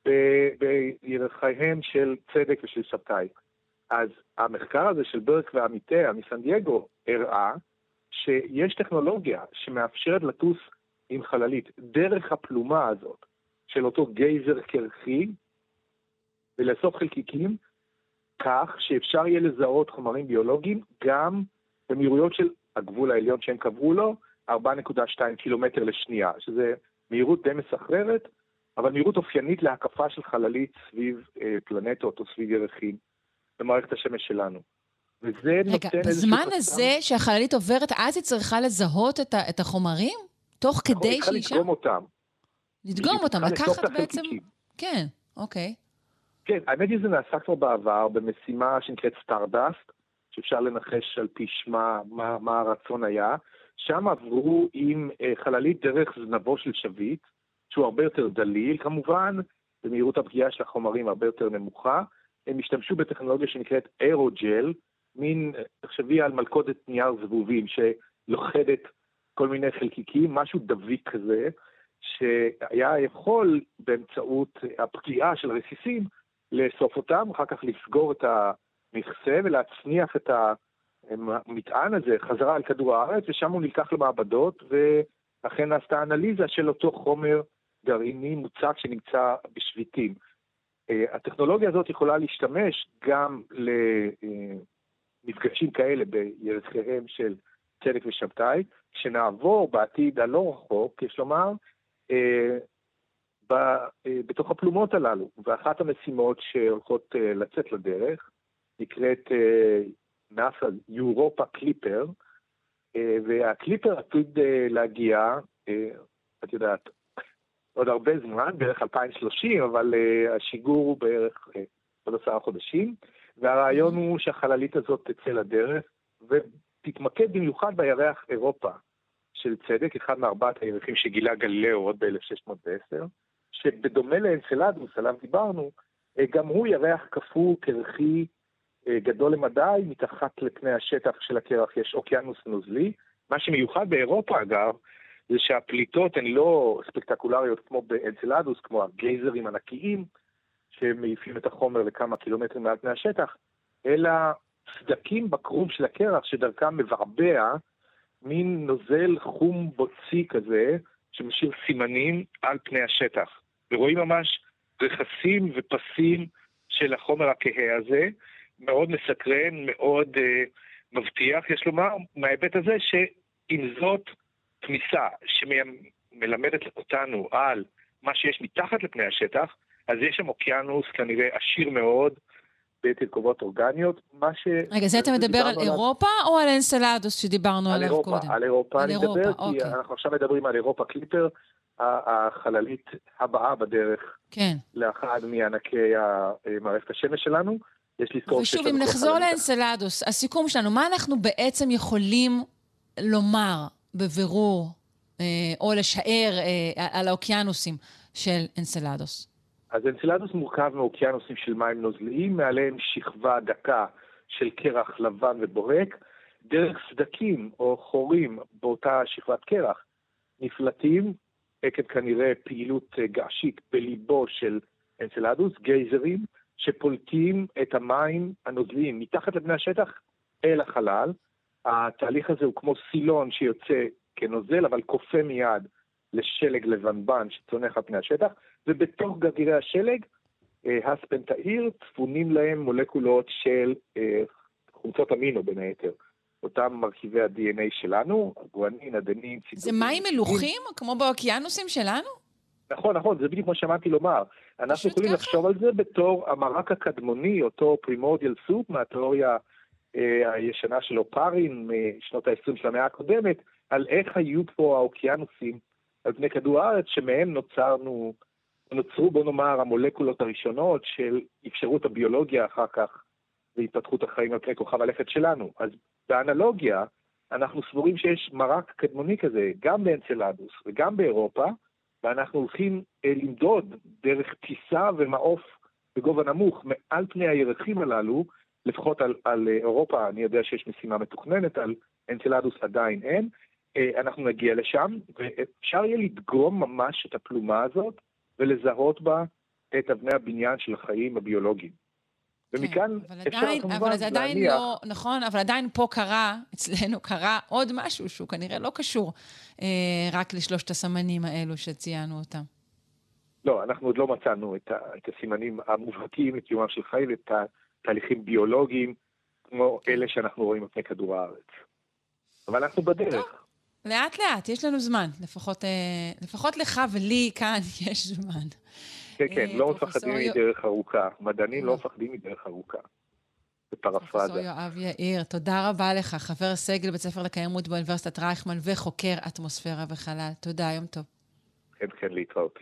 בירחיהם של צדק ושל שבתאי. אז המחקר הזה של ברק ועמיתיה מסן דייגו הראה שיש טכנולוגיה שמאפשרת לטוס עם חללית דרך הפלומה הזאת של אותו גייזר קרחי ולאסוף חלקיקים כך שאפשר יהיה לזהות חומרים ביולוגיים גם במהירויות של הגבול העליון שהם קבעו לו 4.2 קילומטר לשנייה, שזה מהירות די מסחררת, אבל מהירות אופיינית להקפה של חללית סביב פלנטות או סביב ירחים במערכת השמש שלנו. וזה רגע, בזמן הזה שהחללית עוברת, אז היא צריכה לזהות את החומרים? תוך כדי שהיא שם? היא צריכה לדגום אותם. לדגום אותם, לקחת בעצם... כן, אוקיי. כן, האמת היא זה נעשה כבר בעבר במשימה שנקראת סטארדאסט, שאפשר לנחש על פי שמה מה הרצון היה. שם עברו עם חללית דרך זנבו של שביט, שהוא הרבה יותר דליל כמובן, במהירות הפגיעה של החומרים הרבה יותר נמוכה. הם השתמשו בטכנולוגיה שנקראת אירוג'ל, מין, תחשבי על מלכודת נייר זבובים, שלוחדת כל מיני חלקיקים, משהו דביק כזה, שהיה יכול באמצעות הפגיעה של הרסיסים, לאסוף אותם, אחר כך לסגור את המכסה ולהצניח את המטען הזה חזרה על כדור הארץ, ושם הוא נלקח למעבדות אכן נעשתה אנליזה של אותו חומר גרעיני מוצק שנמצא בשביטים. הטכנולוגיה הזאת יכולה להשתמש גם למפגשים כאלה בירכיהם של צדק ושבתאי, כשנעבור בעתיד הלא רחוק, יש לומר, בתוך הפלומות הללו. ואחת המשימות שהולכות לצאת לדרך, נקראת נאס"א יורופה קליפר, והקליפר עתיד להגיע, את יודעת, עוד הרבה זמן, בערך 2030, אבל השיגור הוא בערך עוד 10 חודשים, והרעיון הוא שהחללית הזאת תצא לדרך, ותתמקד במיוחד בירח אירופה של צדק, אחד מארבעת הירחים שגילה גלילאו עוד ב-1610, שבדומה לאנצלדוס, עליו דיברנו, גם הוא ירח קפוא קרחי גדול למדי, מתחת לפני השטח של הקרח יש אוקיינוס נוזלי. מה שמיוחד באירופה אגב, זה שהפליטות הן לא ספקטקולריות כמו באנצלדוס, כמו הגייזרים ענקיים, שמעיפים את החומר לכמה קילומטרים מעל פני השטח, אלא סדקים בקרום של הקרח שדרכם מבעבע מין נוזל חום בוצי כזה, שמשאיר סימנים על פני השטח. ורואים ממש רכסים ופסים של החומר הכהה הזה, מאוד מסקרן, מאוד מבטיח, יש לומר, מההיבט הזה שעם זאת תמיסה שמלמדת אותנו על מה שיש מתחת לפני השטח, אז יש שם אוקיינוס כנראה עשיר מאוד בתרכובות אורגניות, מה ש... רגע, זה אתה מדבר על אירופה או על אנסלדוס שדיברנו עליו קודם? על אירופה אני מדבר, כי אנחנו עכשיו מדברים על אירופה קליפר, החללית הבאה בדרך לאחד מענקי מערכת השמש שלנו. ושוב, אם נחזור לאנסלדוס, הסיכום שלנו, מה אנחנו בעצם יכולים לומר בבירור או לשער על האוקיינוסים של אנסלדוס? אז אנסלדוס מורכב מאוקיינוסים של מים נוזליים, מעליהם שכבה דקה של קרח לבן ובורק, דרך סדקים או חורים באותה שכבת קרח נפלטים, עקב כנראה פעילות געשית בליבו של אנסלדוס, גייזרים, שפולטים את המים הנוזליים מתחת לפני השטח אל החלל. התהליך הזה הוא כמו סילון שיוצא כנוזל, אבל קופא מיד לשלג לבנבן שצונח על פני השטח, ובתוך גרגירי השלג, הספנטאיר, צפונים להם מולקולות של חומצות אמינו בין היתר. אותם מרכיבי ה-DNA שלנו, הגואנין, אדנין, ציטוסין. זה מים מלוכים כמו באוקיינוסים שלנו? נכון, נכון, זה בדיוק מה שמעתי לומר. אנחנו יכולים לחשוב על זה בתור המרק הקדמוני, אותו פרימורדיאל סופ מהתיאוריה הישנה של אופרין משנות ה-20 של המאה הקודמת, על איך היו פה האוקיינוסים על פני כדור הארץ, שמהם נוצרו, בוא נאמר, המולקולות הראשונות של אפשרות הביולוגיה אחר כך, והתפתחות החיים על פני כוכב הלכת שלנו. אז באנלוגיה, אנחנו סבורים שיש מרק קדמוני כזה, גם באנצלדוס וגם באירופה, ואנחנו הולכים למדוד דרך טיסה ומעוף בגובה נמוך מעל פני הירחים הללו, לפחות על אירופה, אני יודע שיש משימה מתוכננת, על אנצלדוס עדיין אין, אנחנו נגיע לשם, ואפשר יהיה לדגום ממש את הפלומה הזאת, ולזהות בה את אבני הבניין של החיים הביולוגיים. ומכאן אפשר כמובן אבל זה עדיין לא, נכון, אבל עדיין פה אצלנו קרה עוד משהו שהוא כנראה לא קשור רק לשלושת הסמנים האלו שציינו אותם. לא, אנחנו עוד לא מצאנו את הסימנים המובהקים לקיומם של חיים, את התהליכים ביולוגיים, כמו אלה שאנחנו רואים על פני כדור הארץ. אבל אנחנו בדרך. טוב, לאט לאט, יש לנו זמן. לפחות לך ולי כאן יש זמן. כן, כן, לא מפחדים מדרך ארוכה. מדענים לא מפחדים מדרך ארוכה. בפרפרזה. פרופסור יואב יאיר, תודה רבה לך, חבר סגל בית ספר לקיימות באוניברסיטת רייכמן וחוקר אטמוספירה וחלל. תודה, יום טוב. כן, כן, להתראות.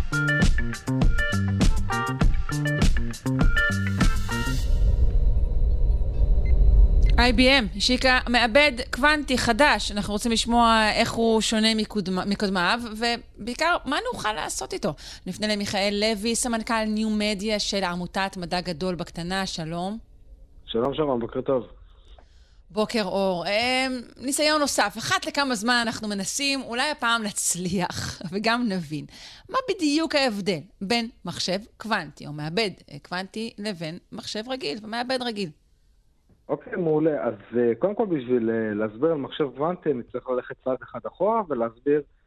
IBM השיקה מעבד קוונטי חדש. אנחנו רוצים לשמוע איך הוא שונה מקודמיו, ובעיקר מה נוכל לעשות איתו. נפנה למיכאל לוי, סמנכ"ל ניו מדיה של עמותת מדע גדול בקטנה. שלום. שלום, שלום, בוקר טוב. בוקר אור. ניסיון נוסף. אחת לכמה זמן אנחנו מנסים, אולי הפעם נצליח וגם נבין. מה בדיוק ההבדל בין מחשב קוונטי או מעבד קוונטי לבין מחשב רגיל ומעבד רגיל? אוקיי, מעולה. אז קודם כל בשביל להסביר על מחשב קוונטי, נצטרך ללכת צעד אחד אחורה ולהסביר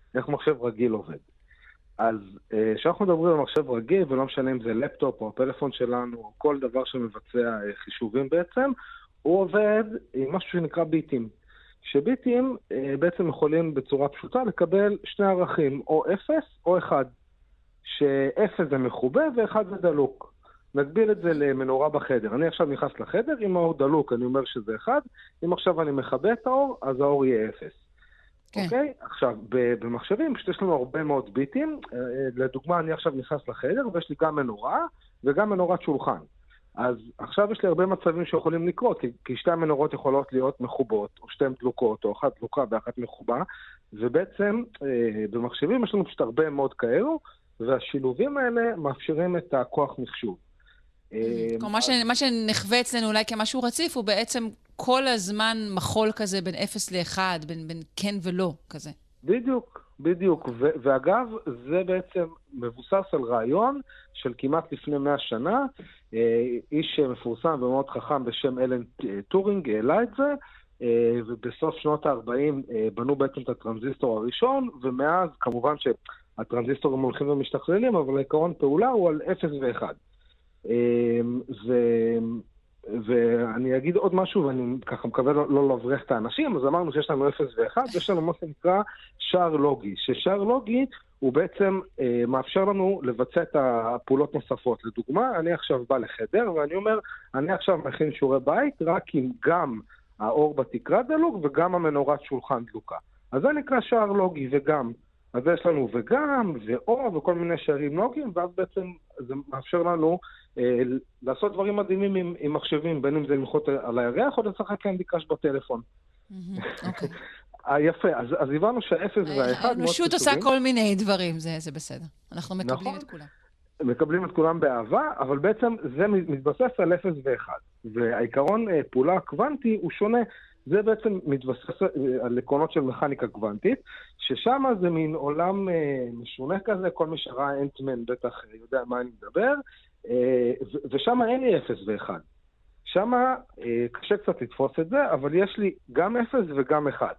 איך מחשב רגיל עובד. אז כשאנחנו מדברים על מחשב רגיל, ולא משנה אם זה לפטופ או הפלאפון שלנו, או כל דבר שמבצע חישובים בעצם, הוא עובד עם משהו שנקרא ביטים. שביטים בעצם יכולים בצורה פשוטה לקבל שני ערכים, או 0 או 1. ש0 זה מחובה ו1 זה דלוק. נגביל את זה למנורה בחדר. אני עכשיו נכנס לחדר, אם האור דלוק אני אומר שזה 1, אם עכשיו אני מכבה את האור, אז האור יהיה 0. כן. אוקיי? עכשיו, במחשבים יש לנו הרבה מאוד ביטים. לדוגמה, אני עכשיו נכנס לחדר ויש לי גם מנורה וגם מנורת שולחן. אז עכשיו יש לי הרבה מצבים שיכולים לקרות, כי שתי המנורות יכולות להיות מחובות, או שתיהן דלוקות, או אחת דלוקה ואחת מחובה, ובעצם במחשבים יש לנו פשוט הרבה מאוד כאלו, והשילובים האלה מאפשרים את הכוח מחשוב. מה שנחווה אצלנו אולי כמשהו רציף, הוא בעצם כל הזמן מחול כזה בין 0 ל-1, בין כן ולא כזה. בדיוק. ואגב, זה בעצם מבוסס על רעיון של כמעט לפני 100 שנה, איש מפורסם ומאוד חכם בשם אלן טורינג העלה את זה, ובסוף שנות ה-40 בנו בעצם את הטרנזיסטור הראשון, ומאז כמובן שהטרנזיסטורים הולכים ומשתכללים, אבל העיקרון פעולה הוא על 0 ו-1. ואני אגיד עוד משהו, ואני ככה מקווה לא להבריח את האנשים, אז אמרנו שיש לנו 0 ו-1, ויש לנו מה שנקרא שער לוגי, ששער לוגי הוא בעצם מאפשר לנו לבצע את הפעולות נוספות. לדוגמה, אני עכשיו בא לחדר, ואני אומר, אני עכשיו מכין שיעורי בית, רק אם גם האור בתקרה דלוק, וגם המנורת שולחן דלוקה. אז זה נקרא שער לוגי וגם. אז יש לנו וגם, ואו, וכל מיני שערים לוגיים, ואז בעצם זה מאפשר לנו לעשות דברים מדהימים עם מחשבים, בין אם זה ללחוץ על הירח, או לשחק קנדי קראש בטלפון. אוקיי. יפה, אז הבנו שהאפס והאחד... פשוט עושה כל מיני דברים, זה בסדר. אנחנו מקבלים את כולם. מקבלים את כולם באהבה, אבל בעצם זה מתבסס על 0 ו-1. והעיקרון פעולה קוונטי הוא שונה. זה בעצם מתבסס על עקרונות של מכניקה קוונטית, ששם זה מין עולם משונה כזה, כל מי שראה אנטמן בטח יודע מה אני מדבר, ושם אין לי 0 ו-1. שם קשה קצת לתפוס את זה, אבל יש לי גם 0 וגם 1.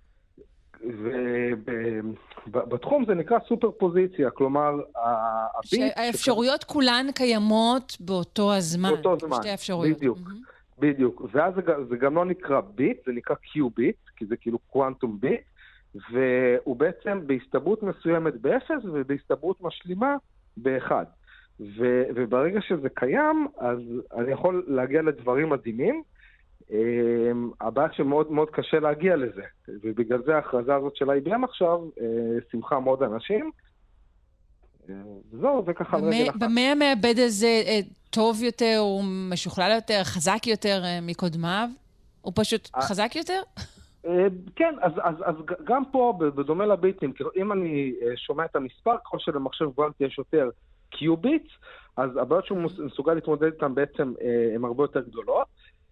ובתחום זה נקרא סופר פוזיציה, כלומר, האפשרויות כולן קיימות באותו הזמן. באותו זמן, שתי אפשרויות. בדיוק. ואז זה גם לא נקרא ביט, זה נקרא קיוביט, כי זה כאילו קוונטום ביט, והוא בעצם בהסתברות מסוימת ב-0 ובהסתברות משלימה ב-1. וברגע שזה קיים, אז אני יכול להגיע לדברים מדהימים, הבעיה שמאוד מאוד קשה להגיע לזה, ובגלל זה ההכרזה הזאת של IBM עכשיו, שמחה מאוד אנשים, וזהו, זה ככה על רגל אחת. במה המעבד הזה טוב יותר, הוא משוכלל יותר, חזק יותר מקודמיו? הוא פשוט חזק יותר? כן, אז גם פה, בדומה לביטים, אם אני שומע את המספר, כל שלמחשב קוונטי יש יותר קיוביט, אז הבעיות שהוא מסוגל להתמודד איתן בעצם הן הרבה יותר גדולות.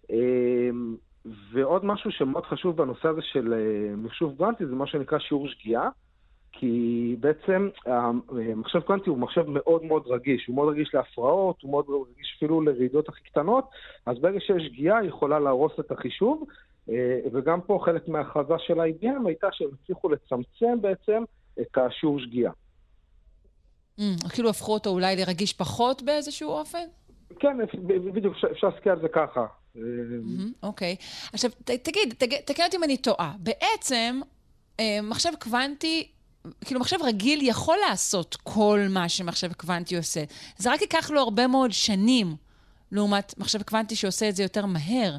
ועוד משהו שמאוד חשוב בנושא הזה של מחשוב קוונטי, זה מה שנקרא שיעור שגיאה, כי בעצם המחשב קוונטי הוא מחשב מאוד מאוד רגיש, הוא מאוד רגיש להפרעות, הוא מאוד רגיש אפילו לרעידות הכי קטנות, אז ברגע שיש שגיאה היא יכולה להרוס את החישוב, וגם פה חלק מההכרזה של IBM הייתה שהם הצליחו לצמצם בעצם את השיעור שגיאה. כאילו הפכו אותו אולי לרגיש פחות באיזשהו אופן? כן, בדיוק, אפשר להסתכל על זה ככה. אוקיי. עכשיו, תקן אותי אם אני טועה. בעצם, מחשב קוונטי, כאילו מחשב רגיל יכול לעשות כל מה שמחשב קוונטי עושה. זה רק ייקח לו הרבה מאוד שנים, לעומת מחשב קוונטי שעושה את זה יותר מהר.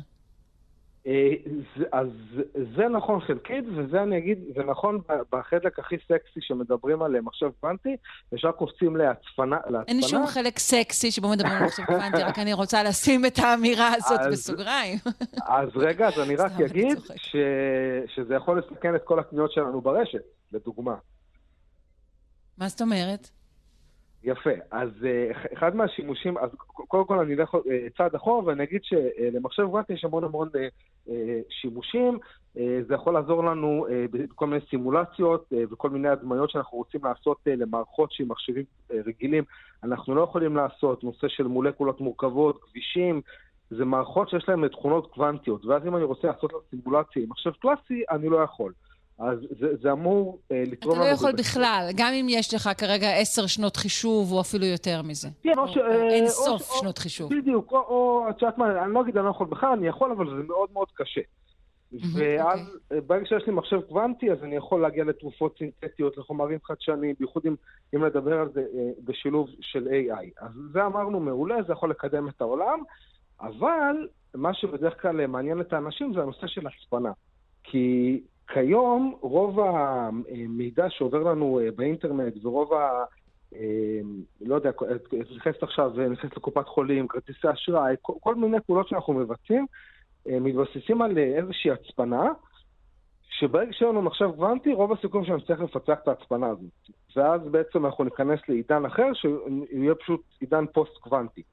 אז זה נכון חלקית, וזה אני אגיד, זה נכון בחלק הכי סקסי שמדברים על מחשב קוונטי, ושאר קופצים להצפנה. אין לי שום חלק סקסי שבו מדברים על מחשב קוונטי, רק אני רוצה לשים את האמירה הזאת בסוגריים. אז רגע, אז אני רק אגיד שזה יכול לסכן את כל הקניות שלנו ברשת, לדוגמה. מה זאת אומרת? יפה, אז אחד מהשימושים, אז קודם כל אני אלך צעד אחורה ואני אגיד שלמחשב קוונטי יש המון שימושים, זה יכול לעזור לנו בכל מיני סימולציות וכל מיני הדמיות שאנחנו רוצים לעשות למערכות שהיא מחשבים רגילים, אנחנו לא יכולים לעשות נושא של מולקולות מורכבות, כבישים, זה מערכות שיש להן תכונות קוונטיות, ואז אם אני רוצה לעשות לה סימולציה עם מחשב קלאסי, אני לא יכול. אז זה אמור לתרום לנו... אתה לא יכול בכלל, גם אם יש לך כרגע 10 שנות חישוב, או אפילו יותר מזה. כן, אין סוף שנות חישוב. בדיוק, או את יודעת מה, אני לא אגיד, אני לא יכול בכלל, אני יכול, אבל זה מאוד מאוד קשה. ואז ברגע שיש לי מחשב קוונטי, אז אני יכול להגיע לתרופות סינתטיות, לחומרים חדשניים, בייחוד אם לדבר על זה בשילוב של AI. אז זה אמרנו מעולה, זה יכול לקדם את העולם, אבל מה שבדרך כלל מעניין את האנשים זה הנושא של הצפנה. כי כיום רוב המידע שעובר לנו באינטרנט ורוב לא יודע, נכנסת עכשיו, נכנסת לקופת חולים, כרטיסי אשראי, כל מיני פעולות שאנחנו מבצעים, מתבססים על איזושהי הצפנה, שברגע שלנו מחשב קוונטי, רוב הסיכויים שאני צריך לפצח את ההצפנה הזאת. ואז בעצם אנחנו ניכנס לעידן אחר, שיהיה פשוט עידן פוסט קוונטי.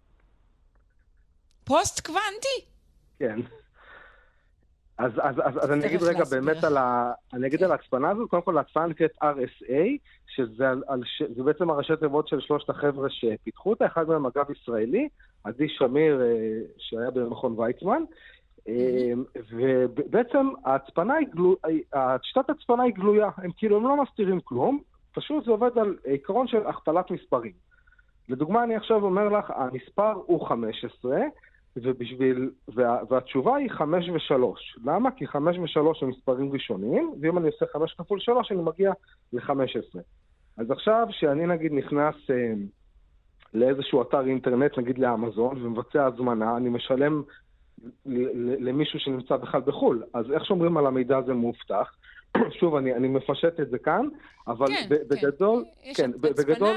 פוסט קוונטי? כן. אז אני אגיד רגע באמת אני אגיד על ההצפנה הזאת, קודם כל ההצפנה נקראת RSA, שזה בעצם הראשי תיבות של 3 החבר'ה שפיתחו אותה, אחד מהם אגב ישראלי, עדי שמיר שהיה במכון ויצמן, ובעצם שיטת ההצפנה היא גלויה, הם כאילו הם לא מסתירים כלום, פשוט זה עובד על עיקרון של הכפלת מספרים. לדוגמה אני עכשיו אומר לך, המספר הוא 15, והתשובה היא 5 ו-3. למה? כי 5 ו-3 הם מספרים ראשוניים, ואם אני עושה 5 כפול 3, אני מגיע ל-15. אז עכשיו שאני נגיד נכנס לאיזשהו אתר אינטרנט, נגיד לאמזון, ומבצע הזמנה, אני משלם למישהו שנמצא בכלל בחול. אז איך שומרים על המידע הזה מאובטח? שוב, אני מפשט את זה כאן, אבל בגדול... כן, בגדול...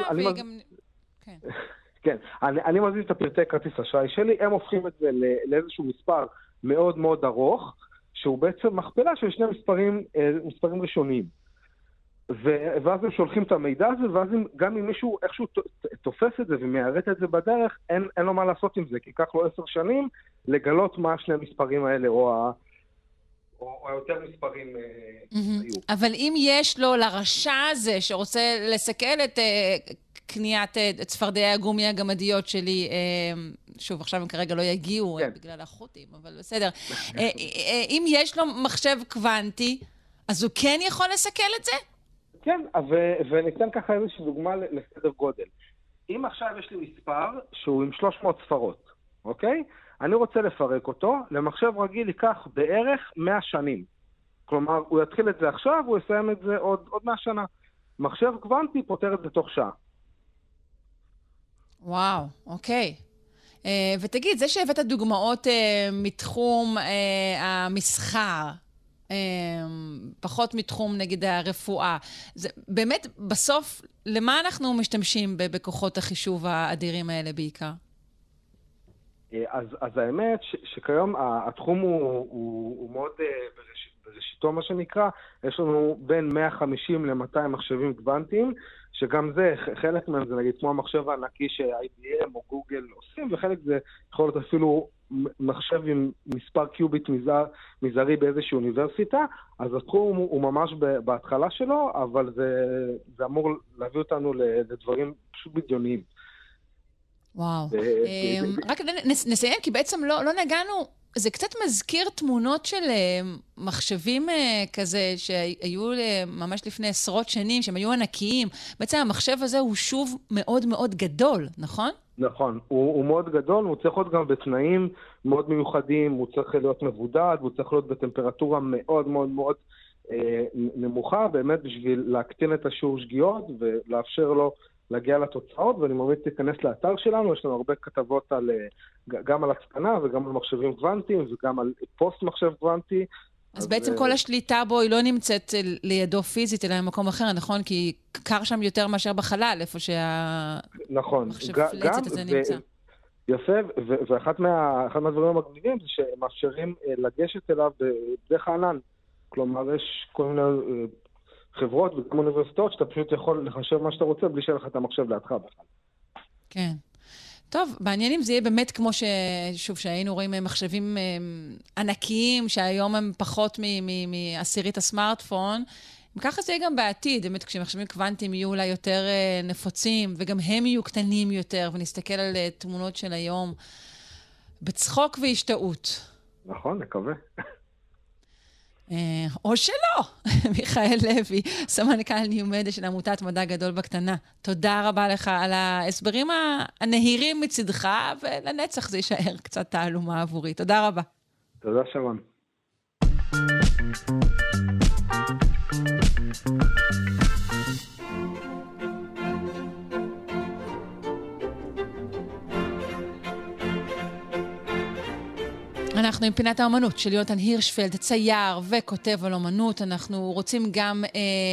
כן, אני מזין את הפרטי כרטיס אשראי שלי, הם הופכים את זה לאיזשהו מספר מאוד מאוד ארוך, שהוא בעצם מכפלה של 2 מספרים ראשוניים. ואז הם שולחים את המידע הזה, ואז גם אם מישהו איכשהו תופס את זה ומיירט את זה בדרך, אין לו מה לעשות עם זה, כי ייקח לו 10 שנים לגלות מה 2 מספרים האלה, או יותר מספרים היו. אבל אם יש לו לרשע הזה שרוצה לסכל את קניית צפרדעי הגומי הגמדיות שלי, שוב, עכשיו הם כרגע לא יגיעו בגלל החות'ים, אבל בסדר. אם יש לו מחשב קוונטי, אז הוא כן יכול לסכל את זה? כן, וניתן ככה איזושהי דוגמה לסדר גודל. אם עכשיו יש לי מספר שהוא עם 300 ספרות, אוקיי? אני רוצה לפרק אותו, למחשב רגיל ייקח בערך 100 שנים. כלומר, הוא יתחיל את זה עכשיו, הוא יסיים את זה עוד 100 שנה. מחשב קוונטי פותר את זה תוך שעה. וואו, אוקיי. ותגיד, זה שהבאת דוגמאות מתחום המסחר, פחות מתחום נגיד הרפואה, זה באמת בסוף, למה אנחנו משתמשים בכוחות החישוב האדירים האלה בעיקר? אז האמת שכיום התחום הוא מאוד בראשיתו מה שנקרא, יש לנו בין 150 ל-200 מחשבים קוונטיים, שגם זה, חלק מהם זה נגיד כמו המחשב הענקי ש-IBM או גוגל עושים, וחלק זה יכול להיות אפילו מחשב עם מספר קיוביט מזערי באיזושהי אוניברסיטה, אז התחום הוא ממש בהתחלה שלו, אבל זה אמור להביא אותנו לדברים פשוט בדיוניים. וואו. רק נסיים, כי בעצם לא נגענו, זה קצת מזכיר תמונות של מחשבים כזה, שהיו ממש לפני עשרות שנים, שהם היו ענקיים. בעצם המחשב הזה הוא שוב מאוד מאוד גדול, נכון? נכון, הוא מאוד גדול, הוא צריך להיות גם בתנאים מאוד מיוחדים, הוא צריך להיות מבודד, הוא צריך להיות בטמפרטורה מאוד מאוד מאוד נמוכה, באמת בשביל להקטין את השיעור שגיאות ולאפשר לו להגיע לתוצאות, ואני ממליץ להיכנס לאתר שלנו, יש לנו הרבה כתבות גם על הצפנה וגם על מחשבים קוונטיים וגם על פוסט מחשב קוונטי. אז בעצם כל השליטה בו היא לא נמצאת לידו פיזית, אלא במקום אחר, נכון? כי קר שם יותר מאשר בחלל, איפה שהמחשב פלצת הזה נמצא. יפה, ואחד מהדברים המגניבים זה שמאפשרים לגשת אליו בדרך הענן. כלומר, יש כל מיני חברות וגם אוניברסיטאות שאתה פשוט יכול לחשב מה שאתה רוצה בלי שלך את המחשב לידך בכלל. כן. טוב, מעניין אם זה יהיה באמת כמו שוב, שהיינו רואים מחשבים ענקיים, שהיום הם פחות מעשירית הסמארטפון. ככה זה יהיה גם בעתיד, באמת כשמחשבים קוונטיים יהיו אולי יותר נפוצים, וגם הם יהיו קטנים יותר, ונסתכל על תמונות של היום בצחוק והשתאות. נכון, נקווה. או שלא. מיכאל לוי, סמנכ"ל ניו-מדיה של עמותת מדע גדול בקטנה. תודה רבה לך על ההסברים הנהירים מצדך, ולנצח זה יישאר קצת תעלומה עבורי. תודה רבה. תודה שרון. אנחנו עם פינת האמנות של יונתן הירשפלד, צייר וכותב על אמנות. אנחנו רוצים גם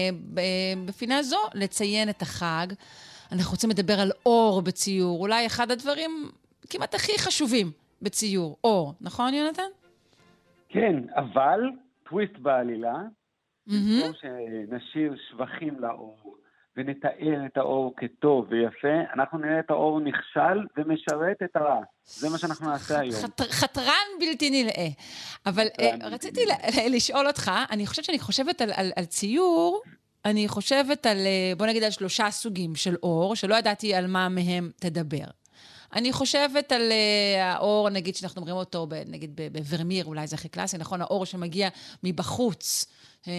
בפינה זו לציין את החג. אנחנו רוצים לדבר על אור בציור. אולי אחד הדברים כמעט הכי חשובים בציור, אור. נכון, יונתן? כן, אבל טוויסט בעלילה, במקום שנשאיר שבחים לאור ונתאר את האור כטוב ויפה, אנחנו נראה את האור נכשל ומשרת את הרע. זה מה שאנחנו נעשה היום. חתרן בלתי נלאה. אבל רציתי לשאול אותך, אני חושבת על ציור, אני חושבת על, בוא נגיד, על 3 סוגים של אור, שלא ידעתי על מה מהם תדבר. אני חושבת על האור, נגיד, שאנחנו אומרים אותו, נגיד בוורמיר, אולי זה הכי קלאסי, נכון? האור שמגיע מבחוץ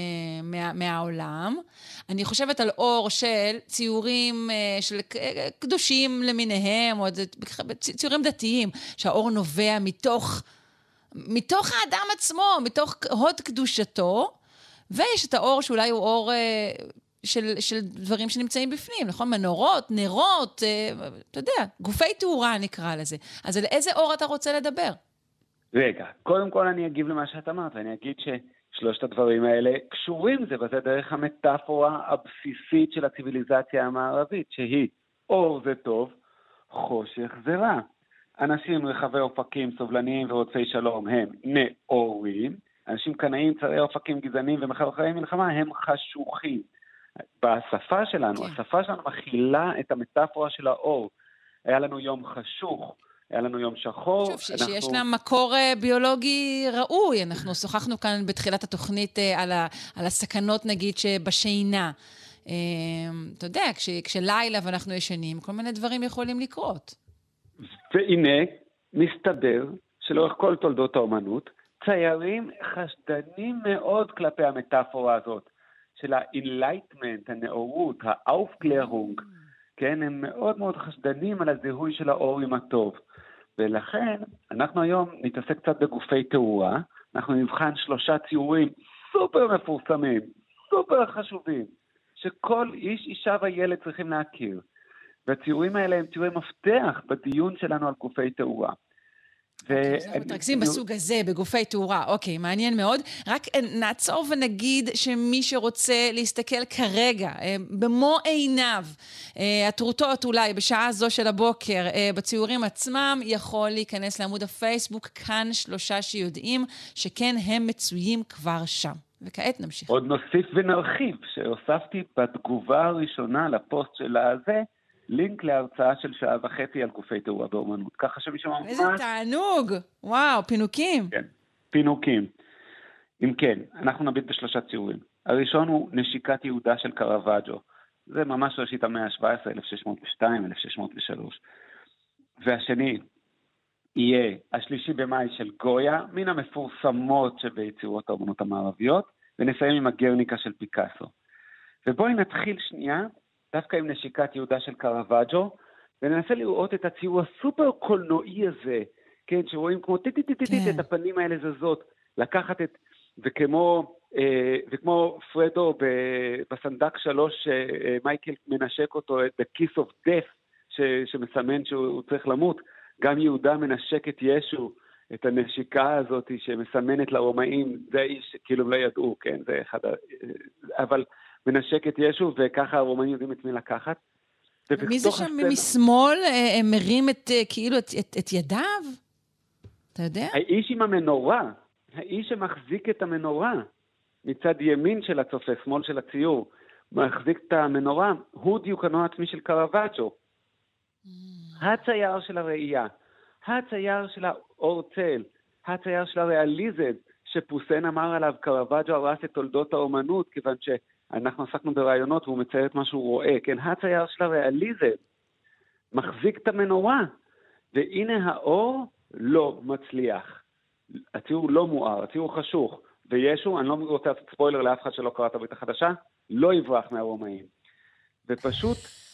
מהעולם. אני חושבת על אור של ציורים של קדושים למיניהם, או ציורים דתיים, שהאור נובע מתוך האדם עצמו, מתוך הוד קדושתו, ויש את האור שאולי הוא אור של דברים שנמצאים בפנים, נכון? מנורות, נרות, אתה יודע, גופי תאורה נקרא לזה. אז על איזה אור אתה רוצה לדבר? רגע, קודם כל אני אגיב למה שאת אמרת, ואני אגיד ששלושת הדברים האלה קשורים זה, וזה דרך המטאפורה הבסיסית של הציביליזציה המערבית, שהיא אור זה טוב, חושך זה רע. אנשים רחבי אופקים, סובלניים ורוצי שלום הם נאורים, אנשים קנאים, צרי אופקים, גזענים ומחרחרי מלחמה הם חשוכים. בשפה שלנו, השפה שלנו מכילה את המטאפורה של האור. היה לנו יום חשוך, היה לנו יום שחור. שוב, שיש לה מקור ביולוגי ראוי. אנחנו שוחחנו כאן בתחילת התוכנית על הסכנות, נגיד, שבשינה. אתה יודע, כשלילה ואנחנו ישנים, כל מיני דברים יכולים לקרות. והנה, מסתבר שלאורך כל תולדות האומנות, ציירים חשדנים מאוד כלפי המטאפורה הזאת. של ה-enlightenment, הנאורות, ה-Aufklärung, כן, הם מאוד מאוד חשדנים על הזיהוי של האור עם הטוב. ולכן, אנחנו היום נתעסק קצת בגופי תאורה, אנחנו נבחן 3 ציורים סופר מפורסמים, סופר חשובים, שכל איש, אישה וילד צריכים להכיר. והציורים האלה הם ציורי מפתח בדיון שלנו על גופי תאורה. אנחנו מתרכזים בסוג הזה, בגופי תאורה. אוקיי, מעניין מאוד. רק נעצור ונגיד שמי שרוצה להסתכל כרגע, במו עיניו, הטרוטות אולי בשעה זו של הבוקר, בציורים עצמם, יכול להיכנס לעמוד הפייסבוק, כאן 3 שיודעים, שכן הם מצויים כבר שם. וכעת נמשיך. עוד נוסיף ונרחיב, שהוספתי בתגובה הראשונה לפוסט של הזה, לינק להרצאה של 1.5 שעות על גופי תאורה באומנות. ככה שמישהו ממש... איזה תענוג! וואו, פינוקים. כן, פינוקים. אם כן, אנחנו נביט ב3 ציורים. הראשון הוא נשיקת יהודה של קרוואג'ו. זה ממש ראשית המאה ה-17, 1602, 1603. והשני יהיה 3 במאי של גויה, מן המפורסמות שביצירות האומנות המערביות, ונסיים עם הגרניקה של פיקאסו. ובואי נתחיל שנייה, דווקא עם נשיקת יהודה של קרוואג'ו, וננסה לראות את הציור הסופר קולנועי הזה, כן, שרואים כמו את הפנים האלה זזות, לקחת את, וכמו פרדו בסנדק 3, מייקל מנשק אותו, את The Kiss of Death, שמסמן שהוא צריך למות, גם יהודה מנשק את ישו, את הנשיקה הזאת שמסמנת לרומאים, זה איש, כאילו לא ידעו, כן, זה אחד, אבל מנשק את ישו, וככה הרומאים יודעים את מי לקחת. מי זה שם משמאל מרים כאילו את ידיו? אתה יודע? האיש עם המנורה, האיש שמחזיק את המנורה, מצד ימין של הצופה, שמאל של הציור, מחזיק את המנורה, הוא דיוקנו העצמי של קרוואג'ו. הצייר של הראייה, הצייר של האור צל, הצייר של הריאליזם, שפוסן אמר עליו, קרוואג'ו הרס את תולדות האומנות, כיוון שאנחנו עסקנו ברעיונות והוא מצייר את מה שהוא רואה, כן, הצייר של הריאליזם, מחזיק את המנורה, והנה האור לא מצליח. הציור לא מואר, הציור חשוך, וישו, אני לא רוצה לעשות ספוילר לאף אחד שלא קרא את הברית החדשה, לא יברח מהרומאים. ופשוט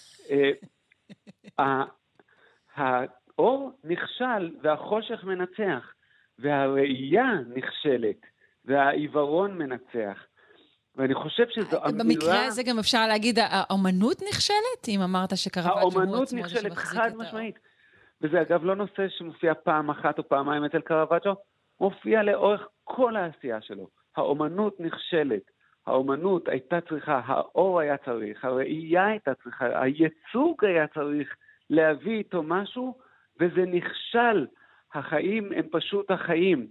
האור נכשל והחושך מנצח, והראייה נכשלת, והעיוורון מנצח. ואני חושב שזו אמירה... במקרה הזה גם אפשר להגיד, האומנות נכשלת? אם אמרת שקרוואג'ו... האומנות נכשלת חד משמעית. וזה אגב לא נושא שמופיע פעם אחת או פעמיים אצל קרוואג'ו, מופיע לאורך כל העשייה שלו. האומנות נכשלת. האומנות הייתה צריכה, האור היה צריך, הראייה הייתה צריכה, הייצוג היה צריך להביא איתו משהו, וזה נכשל. החיים הם פשוט החיים.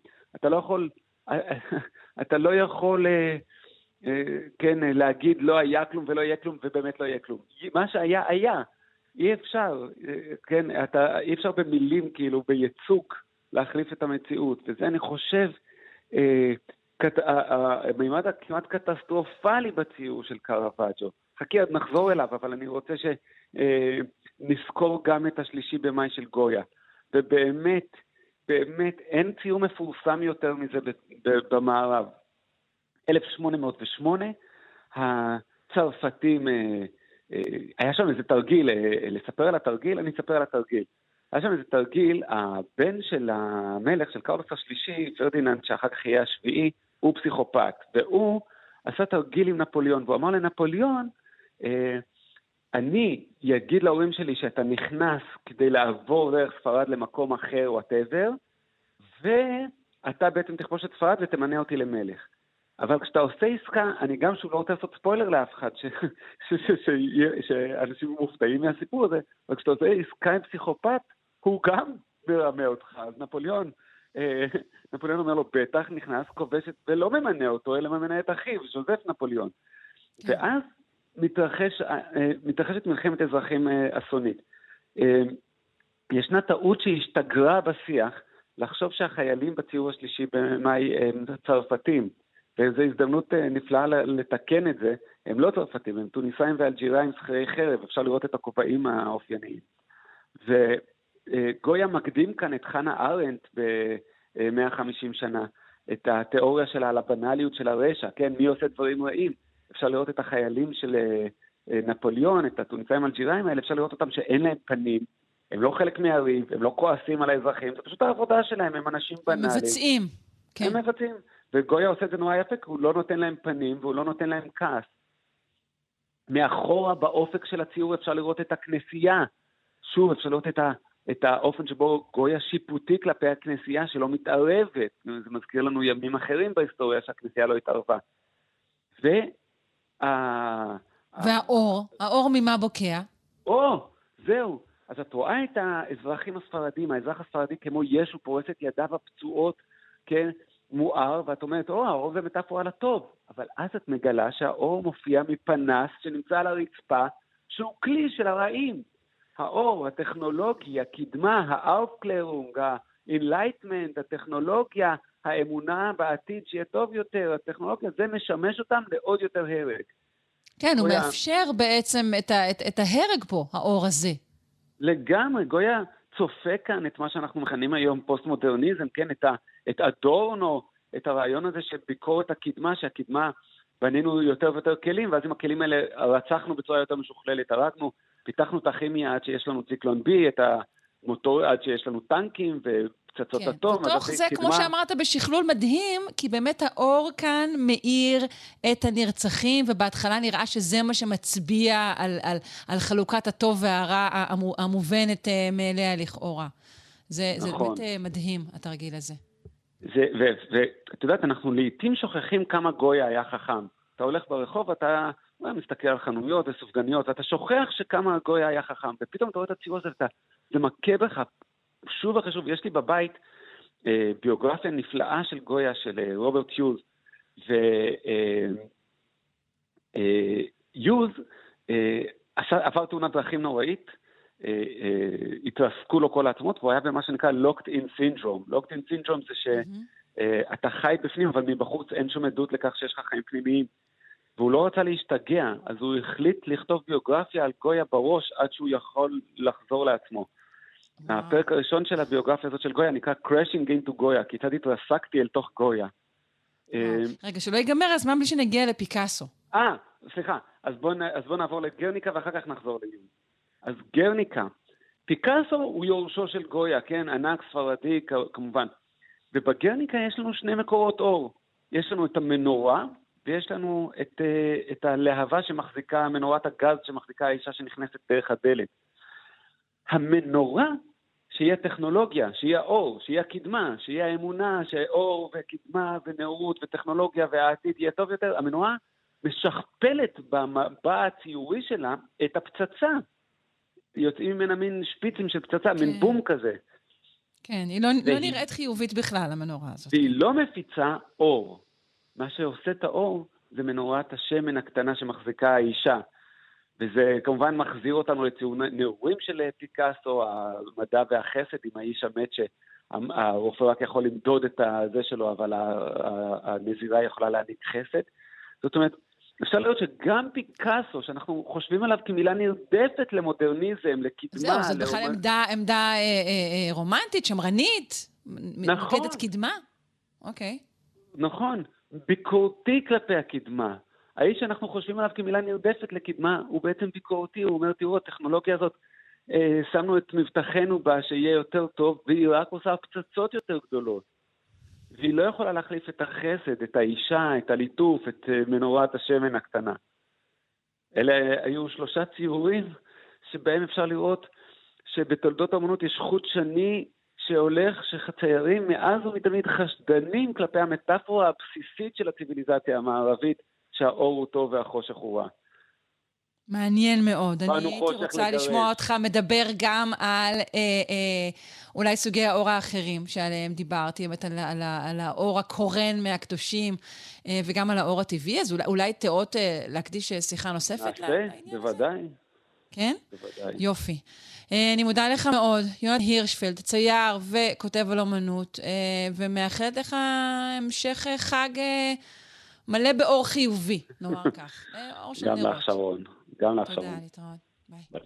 אתה לא יכול כן, להגיד לא היה כלום ולא יהיה כלום, ובאמת לא יהיה כלום. מה שהיה, היה. אי אפשר, כן, אי אפשר במילים, כאילו, בייצוג, להחליף את המציאות. וזה אני חושב, מימד כמעט קטסטרופלי בציור של קרוואג'ו. חכי, עד נחזור אליו, אבל אני רוצה שנזכור גם את השלישי במאי של גויה. ובאמת, באמת, אין ציור מפורסם יותר מזה במערב. 1808, הצרפתים, היה שם איזה תרגיל, לספר על התרגיל, אני אספר על התרגיל. היה שם איזה תרגיל, הבן של המלך, של קרלוס השלישי, פרדיננד, שאחר כך יהיה השביעי, הוא פסיכופת, והוא עשה תרגיל עם נפוליאון, והוא אמר לנפוליאון, אני אגיד להורים שלי שאתה נכנס כדי לעבור דרך ספרד למקום אחר או whatever, ואתה בעצם תכבוש את ספרד ותמנה אותי למלך. אבל כשאתה עושה עסקה, אני גם שוב לא רוצה לעשות ספוילר לאף אחד, שאנשים מופתעים מהסיפור הזה, אבל כשאתה עושה עסקה עם פסיכופת, הוא גם מרמה אותך. אז נפוליאון אומר לו, בטח נכנס, כובשת, ולא ממנה אותו, אלא ממנה את אחיו, ז'וזף נפוליאון. ואז מתרחשת מלחמת אזרחים אסונית. ישנה טעות שהשתגרה בשיח, לחשוב שהחיילים בציור השלישי במאי הם צרפתים, וזו הזדמנות נפלאה לתקן את זה. הם לא צרפתים, הם טוניסאים ואלג'יראים שכירי חרב, אפשר לראות את הכובעים האופייניים. וגויה מקדים כאן את חנה ארנט ב-150 שנה, את התיאוריה שלה על הבנליות של הרשע, כן, מי עושה דברים רעים. אפשר לראות את החיילים של נפוליאון, את הטוניסאים האלג'יראים האלה, אפשר לראות אותם שאין להם פנים, הם לא חלק מהריב, הם לא כועסים על האזרחים, זה פשוט העבודה שלהם, הם אנשים בנאליים. הם מבצעים. כן. הם מבצעים. וגויה עושה את זה נורא יפה, כי הוא לא נותן להם פנים, והוא לא נותן להם כעס. מאחורה באופק של הציור אפשר לראות את הכנסייה. שוב, אפשר לראות את האופן שבו גויה שיפוטי כלפי הכנסייה, שלא מתערבת. זה מזכיר לנו ימים אחרים בהיסטוריה שהכנסייה לא התערבה. והאור? האור ממה בוקע? זהו. אז את רואה את האזרחים הספרדים, האזרח הספרדי כמו ישו פורס את ידיו הפצועות, כן, מואר, ואת אומרת, האור זה מטאפורה לטוב. אבל אז את מגלה שהאור מופיע מפנס שנמצא על הרצפה, שהוא כלי של הרעים. האור, הטכנולוגיה, הקדמה, האופקלרונג, האינלייטמנט, הטכנולוגיה, האמונה בעתיד שיהיה טוב יותר, הטכנולוגיה, זה משמש אותם לעוד יותר הרג. כן, הוא מאפשר בעצם את ההרג פה, האור הזה. לגמרי, גויה צופה כאן את מה שאנחנו מכנים היום פוסט-מודרניזם, כן, את אדורנו, את הרעיון הזה של ביקורת הקדמה, שהקדמה בנינו יותר ויותר כלים, ואז עם הכלים האלה רצחנו בצורה יותר משוכללת, הרגנו, פיתחנו את הכימיה עד שיש לנו ציקלון בי, את המוטור עד שיש לנו טנקים ופצצות אטום. ותוך זה, כמו שאמרת, בשכלול מדהים, כי באמת האור כאן מאיר את הנרצחים, ובהתחלה נראה שזה מה שמצביע על חלוקת הטוב והרע המובנת מאליה לכאורה. זה באמת מדהים, התרגיל הזה. ואת יודעת, אנחנו לעתים שוכחים כמה גויה היה חכם. אתה הולך ברחוב, אתה מסתכל על חנויות וסופגניות, ואתה שוכח שכמה גויה היה חכם, ופתאום אתה רואה את הציור הזה, זה מכה בך. שוב אחרי שוב, יש לי בבית ביוגרפיה נפלאה של גויה, של רוברט יוז, ויוז עבר תאונת דרכים נוראית, התרסקו לו כל העצמות, והוא היה במה שנקרא locked in syndrome. locked in syndrome זה שאתה חי בפנים, אבל מבחוץ אין שום עדות לכך שיש לך חיים פנימיים. והוא לא רצה להשתגע, אז הוא החליט לכתוב ביוגרפיה על גויה בראש, עד שהוא יכול לחזור לעצמו. הפרק הראשון של הביוגרפיה הזאת של גויה נקרא Crashing into גויה, כיצד התרסקתי אל תוך גויה. רגע, שלא ייגמר הזמן בלי שנגיע לפיקאסו. סליחה, אז בוא נעבור לגרניקה ואחר כך נחזור ליוני. אז גרניקה, פיקאסו הוא יורשו של גויה, כן? ענק ספרדי כמובן. ובגרניקה יש לנו שני מקורות אור. יש לנו את המנורה, ויש לנו את הלהבה שמחזיקה, מנורת הגז שמחזיקה האישה שנכנסת דרך הדלת. המנורה, שיהיה טכנולוגיה, שיהיה אור, שיהיה קדמה, שיהיה האמונה, שאור וקדמה ונאורות וטכנולוגיה והעתיד יהיה טוב יותר, המנורה משכפלת במבע הציורי שלה את הפצצה. יוצאים ממנה מין שפיצים של פצצה, מין בום כזה. כן, היא לא נראית חיובית בכלל, המנורה הזאת. והיא לא מפיצה אור. מה שעושה את האור זה מנורת השמן הקטנה שמחזיקה האישה. וזה כמובן מחזיר אותנו לנעורים של פיקאסו, המדע והחסד עם האיש המת שהרופא רק יכול למדוד את זה שלו, אבל הנזירה יכולה להעניק חסד. זאת אומרת, אפשר לראות שגם פיקאסו, שאנחנו חושבים עליו כמילה נרדפת למודרניזם, לקדמה... זהו, זה בכלל עמדה רומנטית, שמרנית, נכון. נוגדת קדמה. אוקיי. נכון, ביקורתי כלפי הקדמה. האיש שאנחנו חושבים עליו כמילה נרדפת לקדמה, הוא בעצם ביקורתי, הוא אומר, תראו, הטכנולוגיה הזאת, שמנו את מבטחנו בה שיהיה יותר טוב, והיא רק עושה פצצות יותר גדולות. והיא לא יכולה להחליף את החסד, את האישה, את הליטוף, את מנורת השמן הקטנה. אלה היו 3 ציורים שבהם אפשר לראות שבתולדות האמנות יש חוט שני שהולך, שציירים מאז ומתמיד חשדנים כלפי המטאפורה הבסיסית של הציביליזציה המערבית, שהאור הוא טוב והחושך הוא רע. מעניין מאוד. אני הייתי רוצה לשמוע אותך מדבר גם על אולי סוגי האור האחרים שעליהם דיברתי, על האור הקורן מהקדושים, וגם על האור הטבעי, אז אולי תאות להקדיש שיחה נוספת לעניין הזה? בוודאי. כן? בוודאי. יופי. אני מודה לך מאוד, יונתן הירשפלד, צייר וכותב על אומנות, ומאחלת לך המשך חג מלא באור חיובי, נאמר כך. אור של נרות. גם לך שרון. גם לך שרון. תודה, להתראות. ביי. ביי.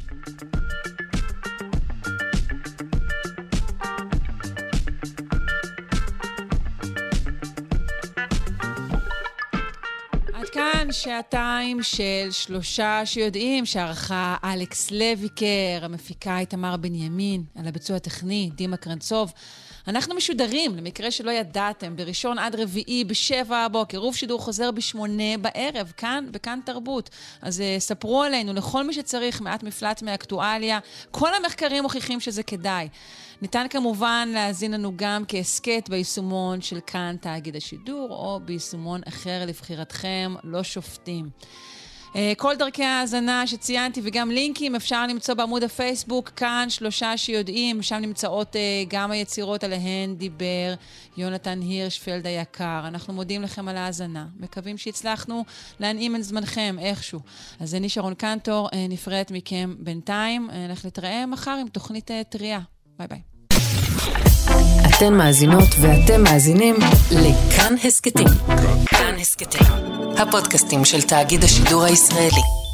עד כאן שעתיים של 3 שיודעים, שערכה אלכס לויקר, המפיקה איתמר בנימין, על הביצוע הטכני, דימה קרנצוב. אנחנו משודרים, למקרה שלא ידעתם, בראשון עד רביעי ב7 בבוקר, רוב שידור חוזר ב8 בערב, כאן וכאן תרבות. אז ספרו עלינו, לכל מי שצריך, מעט מפלט מאקטואליה, כל המחקרים מוכיחים שזה כדאי. ניתן כמובן להזין לנו גם כעסקט ביישומון של כאן תאגיד השידור, או ביישומון אחר לבחירתכם, לא שופטים. כל דרכי ההאזנה שציינתי וגם לינקים אפשר למצוא בעמוד הפייסבוק, כאן 3 שיודעים, שם נמצאות גם היצירות עליהן דיבר יונתן הירשפלד היקר. אנחנו מודים לכם על ההאזנה, מקווים שהצלחנו להנעים את זמנכם איכשהו. אז אני שרון קנטור, נפרדת מכם בינתיים, אנחנו נתראה מחר עם תוכנית טריה. ביי ביי. אתן מאזינות ואתם מאזינים לכאן הסקטים. כאן הסקטים, הפודקאסטים של תאגיד השידור הישראלי.